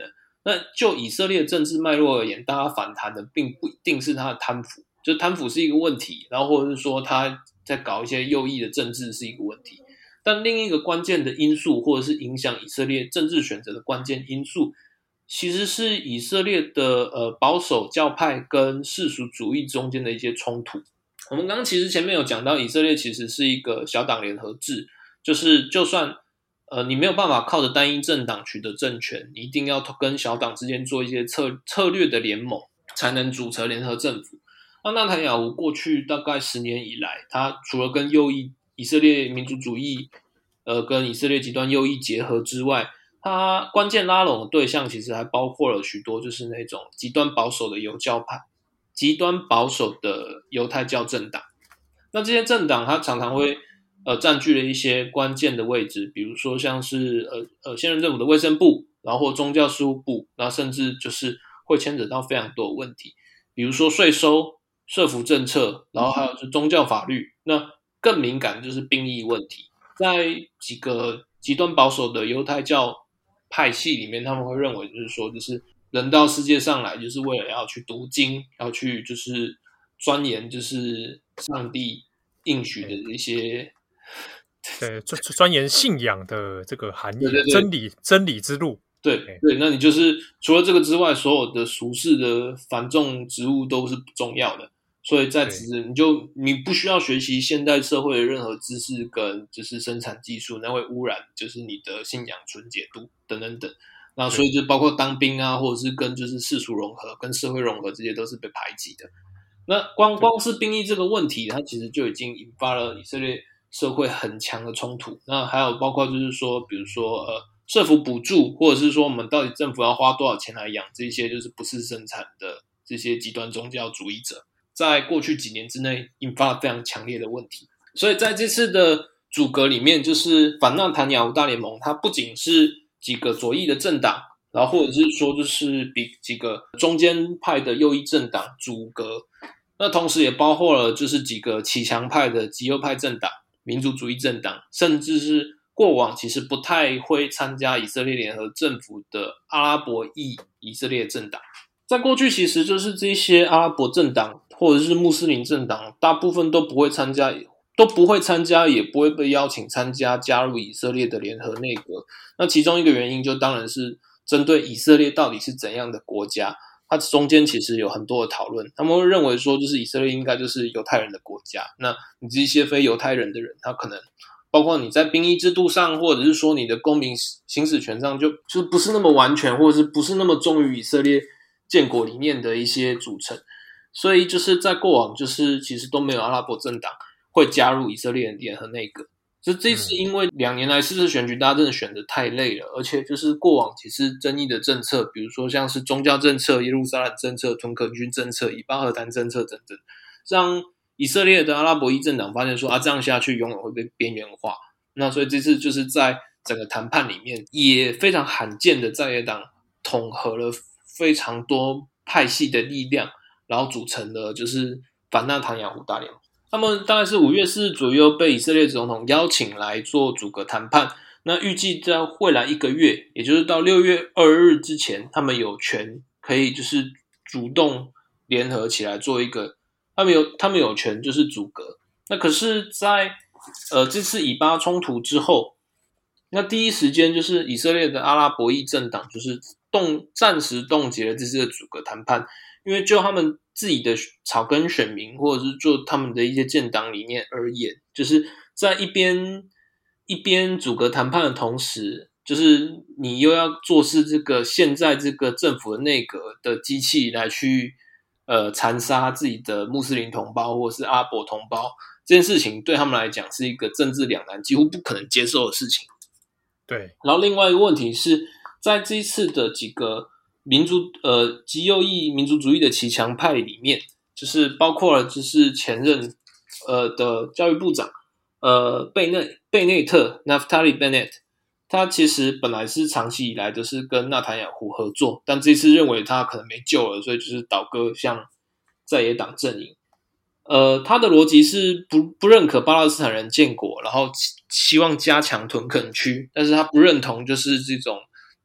那就以色列政治脉络而言，大家反弹的并不一定是他的贪腐，就贪腐是一个问题，然后或者是说他在搞一些右翼的政治是一个问题。但另一个关键的因素，或者是影响以色列政治选择的关键因素，其实是以色列的呃保守教派跟世俗主义中间的一些冲突。我们刚刚其实前面有讲到，以色列其实是一个小党联合制，就是就算呃你没有办法靠着单一政党取得政权，你一定要跟小党之间做一些策策略的联盟，才能组成联合政府。那纳坦雅胡过去大概十年以来，他除了跟右翼以色列民族主义呃跟以色列极端右翼结合之外，他关键拉拢的对象其实还包括了许多就是那种极端保守的犹教派、极端保守的犹太教政党。那这些政党它常常会呃占据了一些关键的位置，比如说像是呃呃现任政府的卫生部，然后或宗教事务部，然后甚至就是会牵扯到非常多的问题，比如说税收、社福政策，然后还有是宗教法律。那更敏感的就是兵役问题。在几个极端保守的犹太教派系里面，他们会认为就是说，就是人到世界上来就是为了要去读经，要去就是钻研就是上帝应许的一些对钻研信仰的这个含义， 对对对真理真理之路。 对对，那你就是除了这个之外，所有的俗世的繁重职务都是不重要的。所以在此你就你不需要学习现代社会的任何知识跟就是生产技术，那会污染就是你的信仰纯洁度等等等。那所以就包括当兵啊，或者是跟就是世俗融合、跟社会融合，这些都是被排挤的。那光光是兵役这个问题，它其实就已经引发了以色列社会很强的冲突。那还有包括就是说，比如说呃社福补助，或者是说我们到底政府要花多少钱来养这些就是不是生产的这些极端宗教主义者，在过去几年之内引发了非常强烈的问题。所以在这次的组阁里面，就是反纳坦雅胡大联盟，它不仅是几个左翼的政党，然后或者是说就是比几个中间派的右翼政党组阁，那同时也包括了就是几个骑墙派的极右派政党、民族主义政党，甚至是过往其实不太会参加以色列联合政府的阿拉伯裔以色列政党。在过去其实就是这些阿拉伯政党或者是穆斯林政党大部分都不会参加都不会参加也不会被邀请参加加入以色列的联合内阁。那其中一个原因就当然是针对以色列到底是怎样的国家，它中间其实有很多的讨论。他们会认为说就是以色列应该就是犹太人的国家，那你这些非犹太人的人，他可能包括你在兵役制度上，或者是说你的公民行使权上就就不是那么完全，或者是不是那么忠于以色列建国理念的一些组成。所以就是在过往就是其实都没有阿拉伯政党会加入以色列联合内阁。就这次因为两年来四次选举大家真的选得太累了，而且就是过往其实争议的政策，比如说像是宗教政策、耶路撒冷政策、屯垦军政策、以巴和谈政策等等，让以色列的阿拉伯裔政党发现说啊，这样下去永远会被边缘化。那所以这次就是在整个谈判里面也非常罕见的在野党统合了非常多派系的力量，然后组成了就是反纳坦雅胡大联盟。他们大概是五月四日左右被以色列总统邀请来做组阁谈判，那预计在未来一个月，也就是到六月二日之前，他们有权可以就是主动联合起来做一个，他们有他们有权就是组阁。那可是在呃这次以巴冲突之后，那第一时间就是以色列的阿拉伯裔政党就是冻暂时冻结了这次的组阁谈判，因为就他们自己的草根选民，或者是就他们的一些建党理念而言，就是在一边一边组阁谈判的同时，就是你又要做是这个现在这个政府的内阁的机器来去呃残杀自己的穆斯林同胞或者是阿拉伯同胞，这件事情对他们来讲是一个政治两难几乎不可能接受的事情。 对， 然后另外一个问题是在这一次的几个民族呃极右翼民族主义的骑墙派里面，就是包括了就是前任呃的教育部长呃贝内贝内特 Naftali Bennett， 他其实本来是长期以来就是跟纳坦雅胡合作，但这次认为他可能没救了，所以就是倒戈向在野党阵营。呃，他的逻辑是不不认可巴勒斯坦人建国，然后希望加强屯垦区，但是他不认同就是这种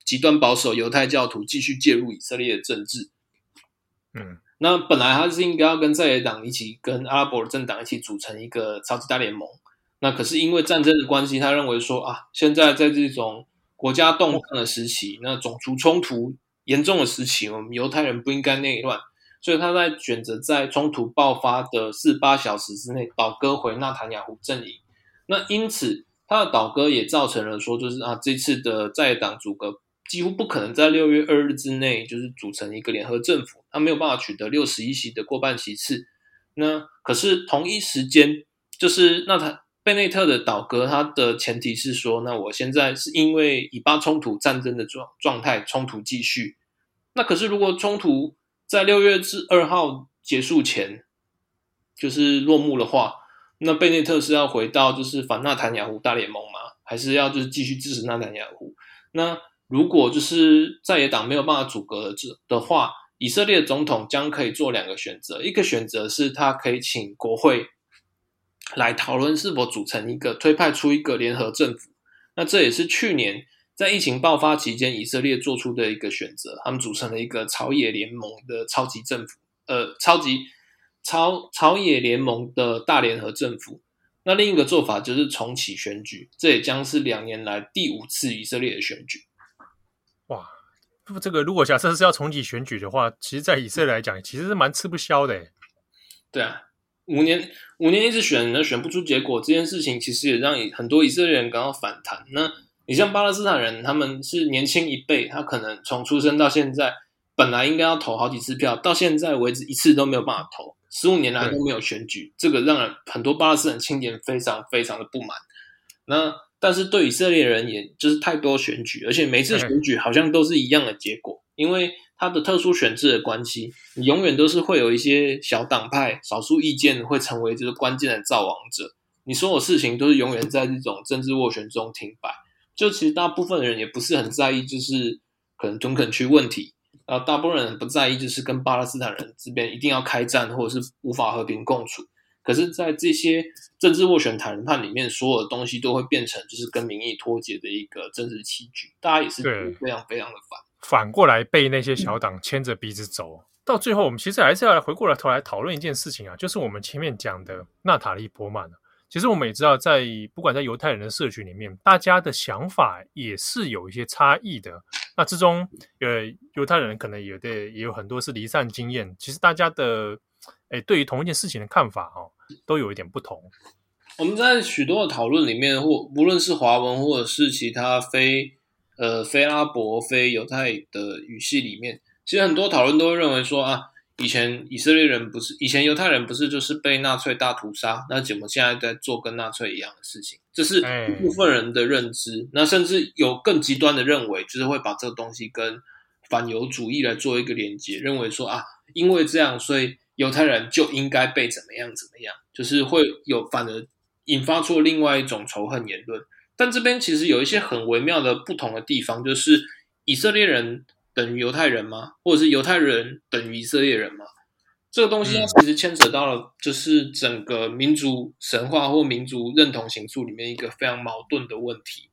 极端保守犹太教徒继续介入以色列的政治。 嗯， 那本来他是应该要跟在野党一起跟阿拉伯政党一起组成一个超级大联盟，那可是因为战争的关系，他认为说啊，现在在这种国家动荡的时期，那种族冲突严重的时期，我们犹太人不应该内乱，所以他在选择在冲突爆发的四十八小时之内倒戈回纳坦雅胡阵营。那因此他的倒戈也造成了说，就是啊，这次的在野党组阁几乎不可能在六月二日之内就是组成一个联合政府，他没有办法取得六十一席的过半席次。那可是同一时间，就是那他贝内特的倒戈，他的前提是说，那我现在是因为以巴冲突战争的状状态，冲突继续。那可是如果冲突在六月二号结束前就是落幕的话，那贝内特是要回到就是反纳坦雅胡大联盟吗？还是要就是继续支持纳坦雅胡？那如果就是在野党没有办法阻隔的话，以色列总统将可以做两个选择，一个选择是他可以请国会来讨论是否组成一个推派出一个联合政府，那这也是去年在疫情爆发期间以色列做出的一个选择，他们组成了一个朝野联盟的超级政府，呃，超级朝朝野联盟的大联合政府。那另一个做法就是重启选举，这也将是两年来第五次以色列的选举。 哇，这个如果假设是要重启选举的话，其实在以色列来讲其实是蛮吃不消的耶。 对啊，五年五年一直选呢，选不出结果，这件事情其实也让很多以色列人感到反弹。那你像巴勒斯坦人，他们是年轻一辈，他可能从出生到现在本来应该要投好几次票，到现在为止一次都没有办法投，十五年来都没有选举，这个让人很多巴勒斯坦青年非常非常的不满。那但是对以色列人也就是太多选举，而且每次选举好像都是一样的结果，因为它的特殊选制的关系，你永远都是会有一些小党派少数意见会成为就是关键的造王者，你所有事情都是永远在这种政治斡旋中停摆。就其实大部分的人也不是很在意就是可能屯垦区问题，然后大部分人不在意就是跟巴勒斯坦人这边一定要开战或者是无法和平共处，可是在这些政治斡旋谈判里面，所有的东西都会变成就是跟民意脱节的一个政治棋局，大家也是非常非常的烦。 反过来被那些小党牵着鼻子走，到最后我们其实还是要回过来头来讨论一件事情啊，就是我们前面讲的纳塔利波曼。其实我们也知道在不管在犹太人的社群里面，大家的想法也是有一些差异的，那之中呃犹太人可能有的也有很多是离散经验，其实大家的诶对于同一件事情的看法哦都有一点不同。 我们在许多的讨论里面，或无论是华文或者是其他非呃非阿拉伯非犹太的语系里面，其实很多讨论都会认为说啊，以前以色列人不是以前犹太人不是就是被纳粹大屠杀，那怎么现在在做跟纳粹一样的事情，这是一部分人的认知、哎、那甚至有更极端的认为，就是会把这个东西跟反犹主义来做一个连结，认为说啊，因为这样所以犹太人就应该被怎么样怎么样，就是会有反而引发出另外一种仇恨言论。但这边其实有一些很微妙的不同的地方，就是以色列人等于犹太人吗？或者是犹太人等于以色列人吗？这个东西它其实牵扯到了就是整个民族神话或民族认同形塑里面一个非常矛盾的问题。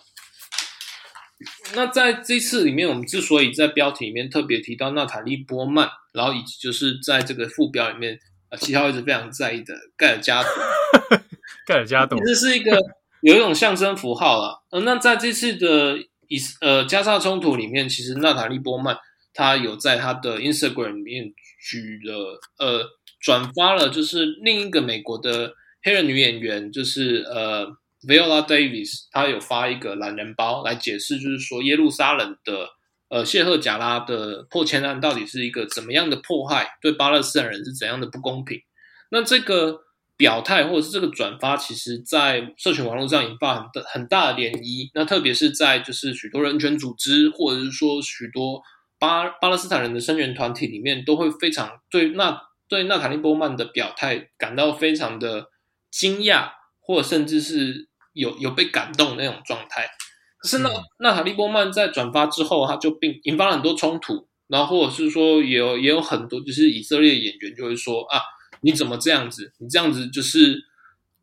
那在这次里面，我们之所以在标题里面特别提到纳塔利波曼，然后以及就是在这个副标里面呃，七号一直非常在意的盖尔加朵盖尔加朵其实是一个有一种象征符号啦、呃、那在这次的以呃加沙冲突里面，其实纳塔利波曼他有在他的 Instagram 里面举了呃转发了就是另一个美国的黑人女演员，就是呃 Viola Davis， 她有发一个懒人包来解释，就是说耶路撒冷的呃谢赫贾拉的迫迁案到底是一个怎么样的迫害，对巴勒斯坦人是怎样的不公平。那这个表态或者是这个转发，其实在社群网络上引发很大很大的涟漪。那特别是在就是许多人权组织，或者是说许多巴巴勒斯坦人的声援团体里面，都会非常对纳对纳塔利波曼的表态感到非常的惊讶，或者甚至是有有被感动的那种状态。可是纳、嗯、纳塔利波曼在转发之后，他就并引发了很多冲突，然后或者是说也有也有很多就是以色列演员就会说啊，你怎么这样子？你这样子就是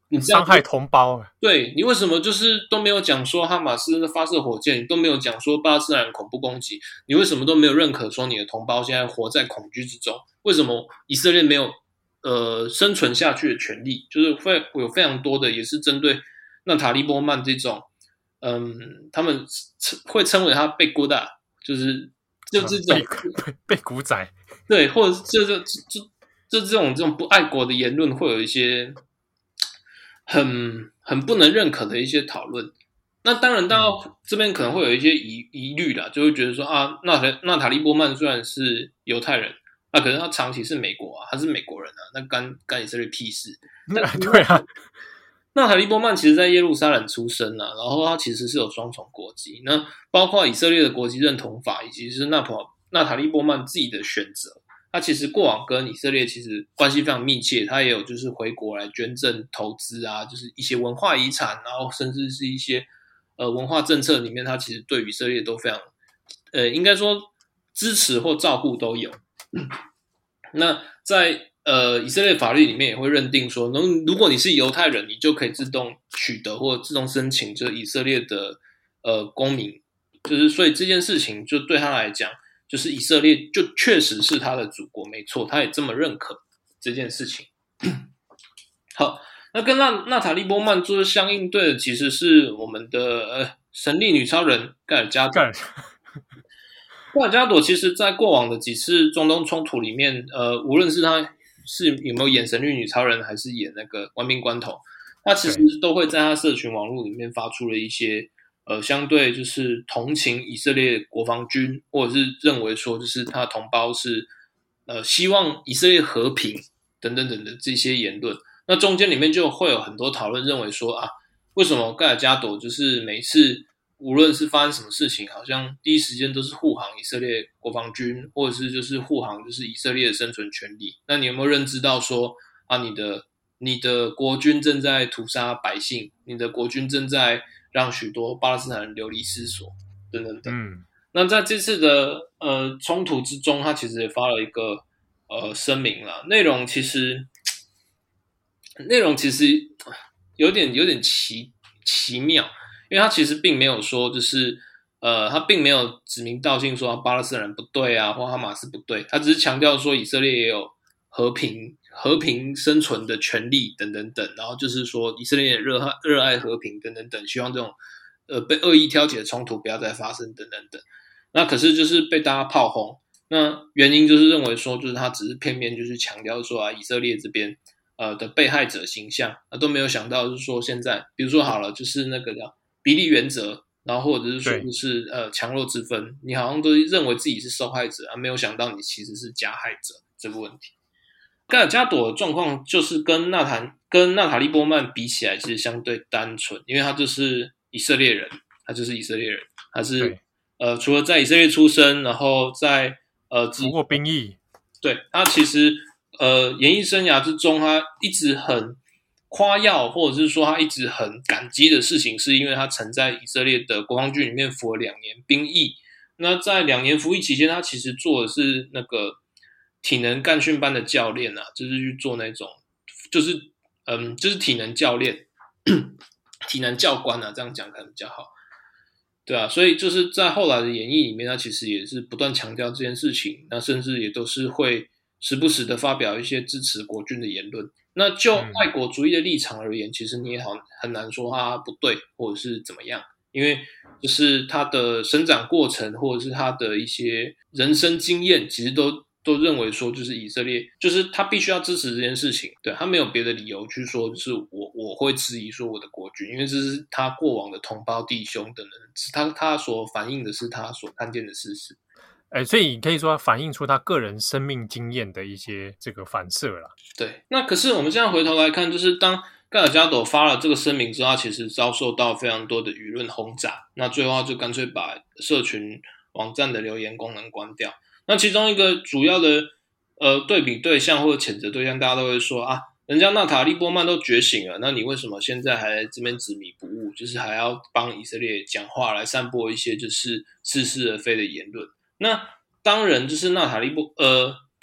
你这样伤害同胞， 对，你为什么就是都没有讲说哈马斯发射火箭，你都没有讲说巴勒斯坦人恐怖攻击，你为什么都没有认可说你的同胞现在活在恐惧之中？为什么以色列没有呃生存下去的权利？就是会有非常多的也是针对纳塔利波曼这种，嗯，他们会称为他被孤大，就是就这种、 嗯、被被古仔， 对，或者就就就就这种这种不爱国的言论，会有一些很很不能认可的一些讨论。那当然，到这边可能会有一些疑疑虑啦，就会觉得说啊，纳塔纳塔利波曼虽然是犹太人，那可是他长期是美国啊，他是美国人啊，那干干以色列屁事？ 对啊。 纳塔利波曼其实在耶路撒冷出生啊，然后他其实是有双重国籍，那包括以色列的国籍认同法，以及是纳普纳塔利波曼自己的选择。他其实过往跟以色列其实关系非常密切，他也有就是回国来捐赠投资啊，就是一些文化遗产，然后甚至是一些呃文化政策里面，他其实对以色列都非常呃应该说支持或照顾都有。嗯、那在呃以色列法律里面也会认定说，如果你是犹太人，你就可以自动取得或自动申请就是以色列的呃公民，就是所以这件事情就对他来讲。就是以色列就确实是他的祖国，没错，他也这么认可这件事情。好，那跟纳纳塔利波曼做相应对的，其实是我们的呃神力女超人盖尔加朵。盖尔加朵其实在过往的几次中东冲突里面，呃，无论是他是有没有演神力女超人，还是演那个官兵关头，他其实都会在他社群网络里面发出了一些。呃，相对就是同情以色列国防军，或者是认为说就是他同胞是呃希望以色列和平等等等的这些言论，那中间里面就会有很多讨论，认为说啊，为什么盖尔加朵就是每次无论是发生什么事情，好像第一时间都是护航以色列国防军，或者是就是护航就是以色列的生存权利？那你有没有认知到说啊，你的你的国军正在屠杀百姓，你的国军正在让许多巴勒斯坦人流离失所，等等等。嗯，那在这次的呃冲突之中，他其实也发了一个呃声明啦，内容其实内容其实有点有点奇奇妙，因为他其实并没有说就是呃他并没有指名道姓说巴勒斯坦人不对啊，或哈马斯不对，他只是强调说以色列也有和平。和平生存的权利等等等，然后就是说以色列热爱热爱和平等等等，希望这种呃被恶意挑起的冲突不要再发生等等等。那可是就是被大家炮轰，那原因就是认为说就是他只是片面就是强调说啊以色列这边呃的被害者形象，啊都没有想到就是说现在比如说好了就是那个叫比例原则，然后或者是说就是呃强弱之分，你好像都认为自己是受害者啊，没有想到你其实是加害者这个问题。盖尔加朵的状况就是跟纳坦跟纳塔利波曼比起来是相对单纯，因为他就是以色列人，他就是以色列人，他是呃除了在以色列出生，然后在呃服过兵役， 对他其实呃演艺生涯之中，他一直很夸耀，或者是说他一直很感激的事情，是因为他曾在以色列的国防军里面服了两年兵役。那在两年服役期间，他其实做的是那个。体能干训班的教练啊，就是去做那种，就是嗯，就是体能教练、体能教官啊，这样讲可能比较好。对啊，所以就是在后来的演绎里面，他其实也是不断强调这件事情，那甚至也都是会时不时的发表一些支持国军的言论。那就爱国主义的立场而言，嗯、其实你也好很难说他不对，或者是怎么样，因为就是他的生长过程，或者是他的一些人生经验，其实都。都认为说，就是以色列，就是他必须要支持这件事情，对他没有别的理由去说，就是我我会质疑说我的国军，因为这是他过往的同胞弟兄等等，他他所反映的是他所看见的事实。 哎，所以可以说反映出他个人生命经验的一些这个反射啦。 对，那可是我们现在回头来看，就是当盖尔加朵发了这个声明之后，他其实遭受到非常多的舆论轰炸，那最后他就干脆把社群网站的留言功能关掉。那其中一个主要的呃对比对象或者谴责对象，大家都会说啊，人家纳塔利波曼都觉醒了，那你为什么现在还在这边执迷不悟，就是还要帮以色列讲话，来散播一些就是似是而非的言论？那当然就是纳塔利波呃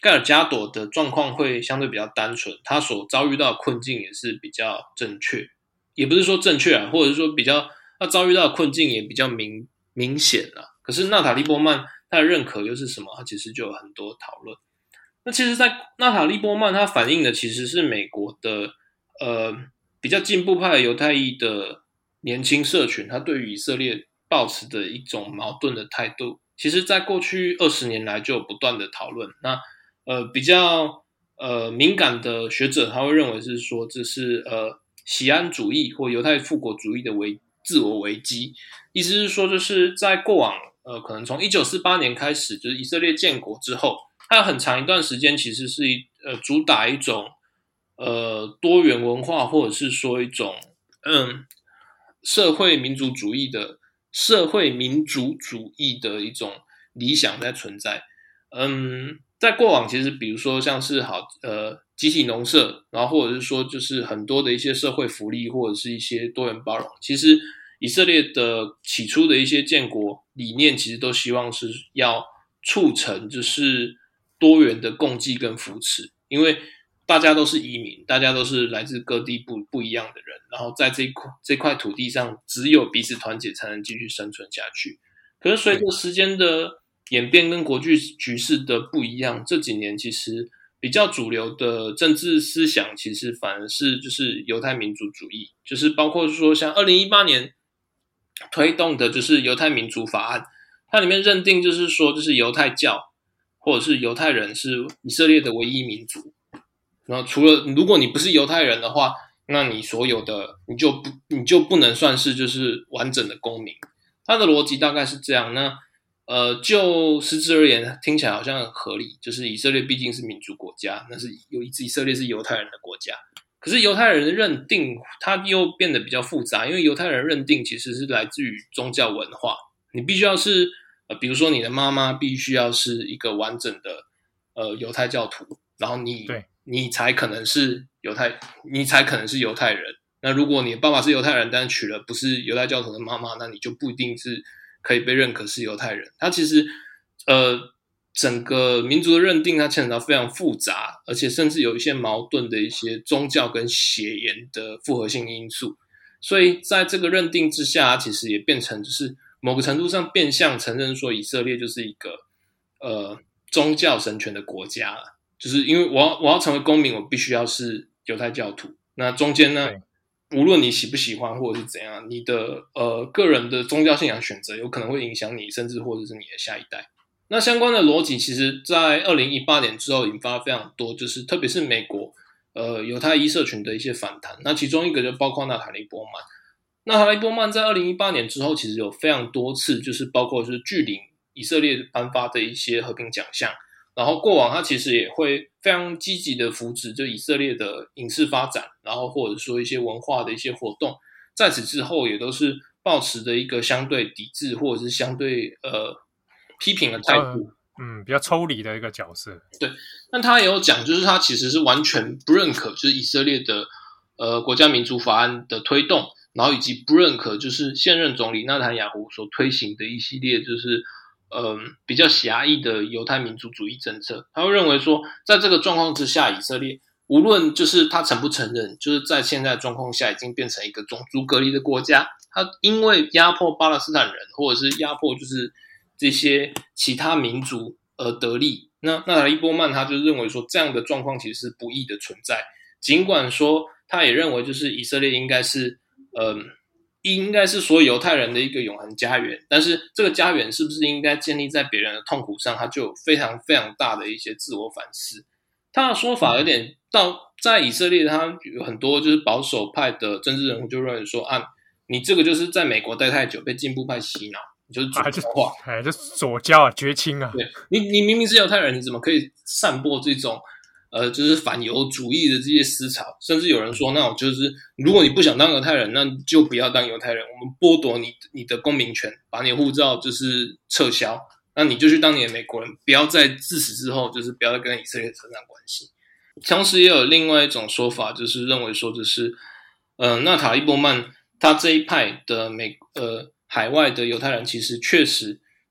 盖尔加朵的状况会相对比较单纯，他所遭遇到的困境也是比较正确，也不是说正确啊，或者是说比较他遭遇到的困境也比较明明显啦。可是娜塔莉波曼他的认可又是什么？他其实就有很多讨论。那其实在娜塔莉波曼他反映的其实是美国的呃比较进步派的犹太裔的年轻社群，他对于以色列抱持的一种矛盾的态度，其实在过去二十年来就有不断的讨论。那呃比较呃敏感的学者他会认为是说这是呃锡安主义或犹太复国主义的危自我危机，意思是说就是在过往呃可能从一九四八年开始，就是以色列建国之后，它有很长一段时间其实是呃主打一种呃多元文化，或者是说一种嗯社会民族主义的社会民族主义的一种理想在存在。嗯，在过往其实比如说像是好呃集体农舍，然后或者是说就是很多的一些社会福利，或者是一些多元包容，其实以色列的起初的一些建国理念其实都希望是要促成就是多元的共济跟扶持，因为大家都是移民，大家都是来自各地不不一样的人，然后在这一块这块土地上只有彼此团结才能继续生存下去。可是随着时间的演变跟国际局势的不一样，这几年其实比较主流的政治思想其实反而是就是犹太民族主义，就是包括说像二零一八年推动的就是犹太民族法案，它里面认定就是说就是犹太教或者是犹太人是以色列的唯一民族，然后除了如果你不是犹太人的话，那你所有的你就不你就不能算是就是完整的公民。它的逻辑大概是这样。那呃，就实质而言，听起来好像很合理，就是以色列毕竟是民族国家，那是有以色列是犹太人的国家。可是犹太人的认定，它又变得比较复杂，因为犹太人认定其实是来自于宗教文化，你必须要是呃，比如说你的妈妈必须要是一个完整的呃犹太教徒，然后你对你才可能是犹太，你才可能是犹太人。那如果你的爸爸是犹太人，但娶了不是犹太教徒的妈妈，那你就不一定是可以被认可是犹太人。它其实呃整个民族的认定它牵扯到非常复杂，而且甚至有一些矛盾的一些宗教跟血缘的复合性因素。所以在这个认定之下，其实也变成就是某个程度上变相承认说以色列就是一个呃宗教神权的国家了。就是因为我要我要成为公民，我必须要是犹太教徒。那中间呢，无论你喜不喜欢或者是怎样，你的呃个人的宗教信仰选择有可能会影响你，甚至或者是你的下一代。那相关的逻辑其实在二零一八年之后引发非常多，就是特别是美国呃犹太裔社群的一些反弹。那其中一个就包括娜塔莉波曼。娜塔莉波曼在二零一八年之后其实有非常多次，就是包括是距离以色列颁发的一些和平奖项，然后过往他其实也会非常积极的扶持就以色列的影视发展，然后或者说一些文化的一些活动，在此之后也都是抱持的一个相对抵制或者是相对呃批评的态度， 嗯，比较抽离的一个角色。 对，但他也有讲，就是他其实是完全不认可就是以色列的呃国家民族法案的推动，然后以及不认可就是现任总理纳坦雅胡所推行的一系列就是呃比较狭义的犹太民族主义政策。他会认为说，在这个状况之下，以色列无论就是他承不承认，就是在现在的状况下已经变成一个种族隔离的国家。他因为压迫巴勒斯坦人或者是压迫就是这些其他民族而得利。那纳塔莉波曼他就认为说，这样的状况其实是不义的存在。尽管说他也认为就是以色列应该是呃应该是所有犹太人的一个永恒家园，但是这个家园是不是应该建立在别人的痛苦上，他就有非常非常大的一些自我反思。他的说法有点到在以色列，他有很多就是保守派的政治人物就认为说啊，你这个就是在美国待太久被进步派洗脑，你就是左教化， 哎，就左教啊，绝亲啊。 对，你你明明是犹太人，你怎么可以散播这种呃就是反犹主义的这些思潮？甚至有人说，那我就是如果你不想当犹太人，那就不要当犹太人，我们剥夺你你的公民权，把你的护照就是撤销，那你就去当你的美国人，不要在自此之后就是不要再跟以色列扯上关系。同时也有另外一种说法，就是认为说就是呃纳塔莉波曼他这一派的美呃海外的犹太人其实确实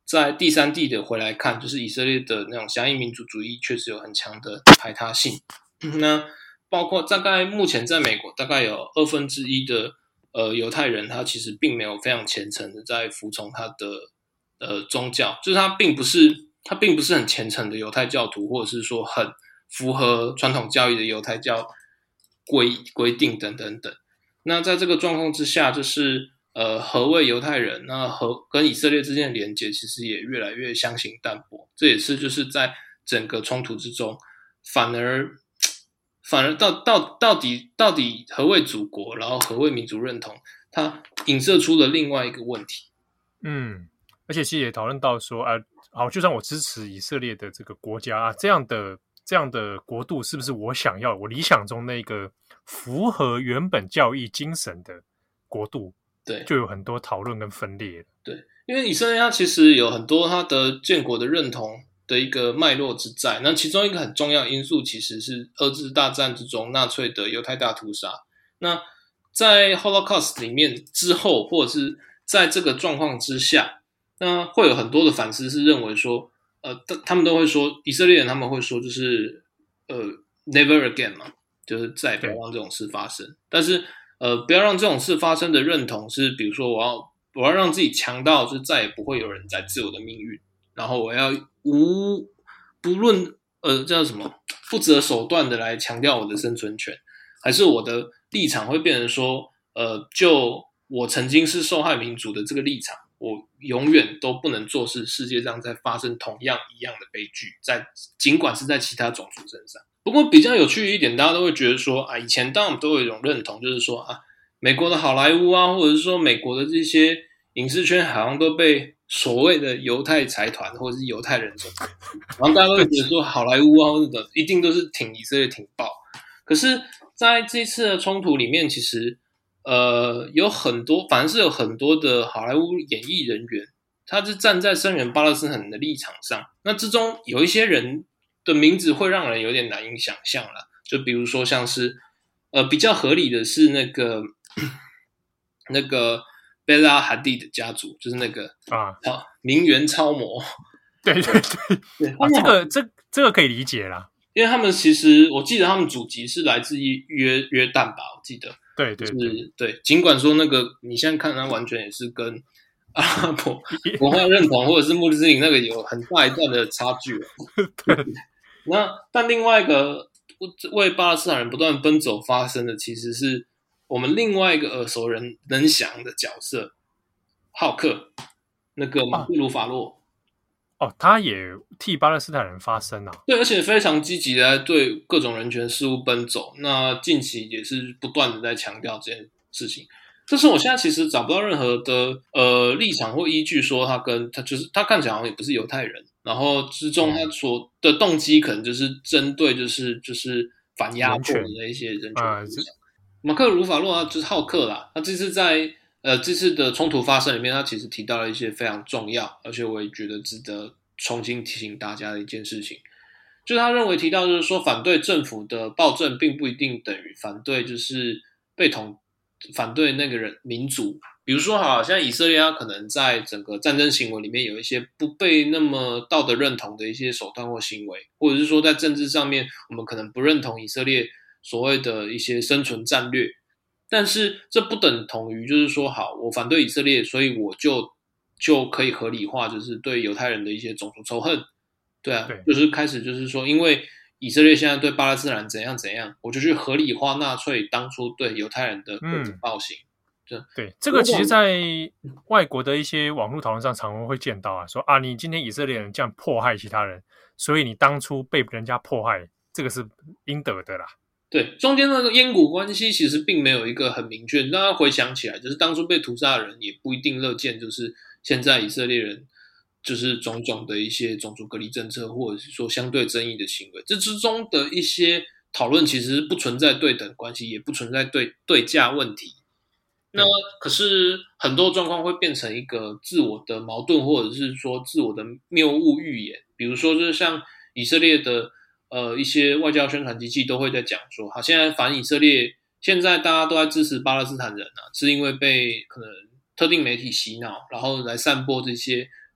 在第三地的回来看，就是以色列的那种狭义民族主义确实有很强的排他性。那包括大概目前在美国大概有二分之一的呃犹太人，他其实并没有非常虔诚的在服从他的呃宗教，就是他并不是他并不是很虔诚的犹太教徒，或者是说很符合传统教义的犹太教规规定等等等。那在这个状况之下，就是呃何谓犹太人，那和跟以色列之间的连结其实也越来越相形淡薄。这也是就是在整个冲突之中，反而反而到到到底到底何谓祖国，然后何谓民族认同，它影射出了另外一个问题。 嗯，而且其实也讨论到说啊，好，就算我支持以色列的这个国家啊，这样的这样的国度是不是我想要我理想中那个符合原本教义精神的国度？ 对， 就有很多讨论跟分裂。 对，因为以色列它其实有很多它的建国的认同的一个脉络之在，那其中一个很重要的因素其实是二次大战之中纳粹的犹太大屠杀。那在 Holocaust 里面之后，或者是在这个状况之下，那会有很多的反思是认为说，呃，他们都会说，以色列人他们会说，就是呃 never again 嘛，就是再也不要让这种事发生。但是呃，不要让这种事发生的认同是，比如说我要我要让自己强到，就再也不会有人宰制我的命运，然后我要无不论呃叫什么不择手段的来强调我的生存权，还是我的立场会变成说，呃，就我曾经是受害民族的这个立场，我永远都不能坐视世界上在发生同样一样的悲剧，在尽管是在其他种族身上。不过比较有趣的一点，大家都会觉得说啊，以前当然都有一种认同，就是说啊，美国的好莱坞啊，或者是说美国的这些影视圈好像都被所谓的犹太财团或者是犹太人所，然后大家都会觉得说好莱坞啊或者一定都是挺以色列挺爆。可是在这次的冲突里面，其实呃有很多，反正是有很多的好莱坞演艺人员，他是站在声援巴勒斯坦人的立场上。那之中有一些人的名字会让人有点难以想象啦，就比如说像是呃比较合理的是那个那个贝拉哈蒂的家族，就是那个啊， 名媛超模。 对对对，对啊，这个这这个可以理解啦， 因为他们其实我记得他们祖籍是来自于约约旦吧，我记得。 对对 对,、 就是对，尽管说那个你现在看它完全也是跟阿拉伯文化认同或者是穆斯林那个有很大一段的差距。对，那但另外一个为巴勒斯坦人不断奔走发生的，其实是我们另外一个耳熟人能详的角色浩克，那个马克鲁法洛。 哦，他也替巴勒斯坦人发声啊。 对，而且非常积极的对各种人权事务奔走。那近期也是不断的在强调这件事情。但是我现在其实找不到任何的呃立场或依据说他跟他就是他看起来好像也不是犹太人，然后之中他所的动机可能就是针对就是就是反压迫的一些人权思想。马克鲁法洛他就是浩克啦，他这次在呃这次的冲突发生里面，他其实提到了一些非常重要，而且我也觉得值得重新提醒大家的一件事情，就是他认为提到就是说反对政府的暴政并不一定等于反对就是被统反对那个人民族。比如说好，像以色列他可能在整个战争行为里面有一些不被那么道德认同的一些手段或行为，或者是说在政治上面我们可能不认同以色列所谓的一些生存战略，但是这不等同于就是说好我反对以色列，所以我就就可以合理化就是对犹太人的一些种族仇恨。对啊，对，就是开始就是说因为以色列现在对巴勒斯坦人怎样怎样，我就去合理化纳粹当初对犹太人的各种暴行。 嗯、对，这个其实在外国的一些网络讨论上常常会见到啊，说啊，你今天以色列人这样迫害其他人，所以你当初被人家迫害，这个是应得的啦。 对，中间那个因果关系其实并没有一个很明确，大家回想起来，就是当初被屠杀的人也不一定乐见，就是现在以色列人就是种种的一些种族隔离政策，或者是说相对争议的行为，这之中的一些讨论其实不存在对等关系，也不存在对对价问题。那可是很多状况会变成一个自我的矛盾，或者是说自我的谬误预言。比如说，就是像以色列的呃一些外交宣传机器都会在讲说，好，现在反以色列，现在大家都在支持巴勒斯坦人啊，是因为被可能特定媒体洗脑，然后来散播这些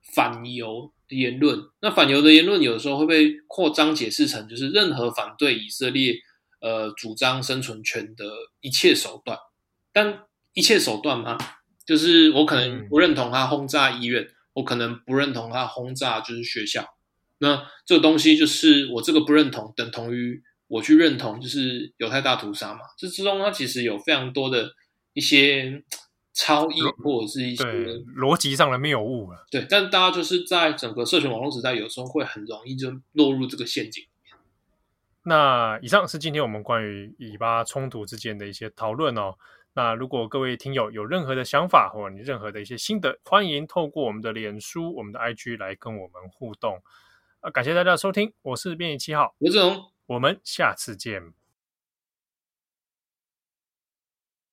反犹的言论。那反犹的言论有时候会被扩张解释成就是任何反对以色列呃主张生存权的一切手段。但一切手段吗？就是我可能不认同他轰炸医院，我可能不认同他轰炸就是学校。那这个东西就是我这个不认同等同于我去认同就是犹太大屠杀嘛。这之中它其实有非常多的一些超意或者是一些逻辑上的谬误了。 对，但大家就是在整个社群网络时代，有时候会很容易就落入这个陷阱。 那以上是今天我们关于以巴冲突之间的一些讨论哦。那如果各位听友有任何的想法或者你任何的一些心得，欢迎透过我们的脸书、我们的 I G 来跟我们互动。呃、感谢大家的收听，我是编辑七号， 我是志龙， 我们下次见，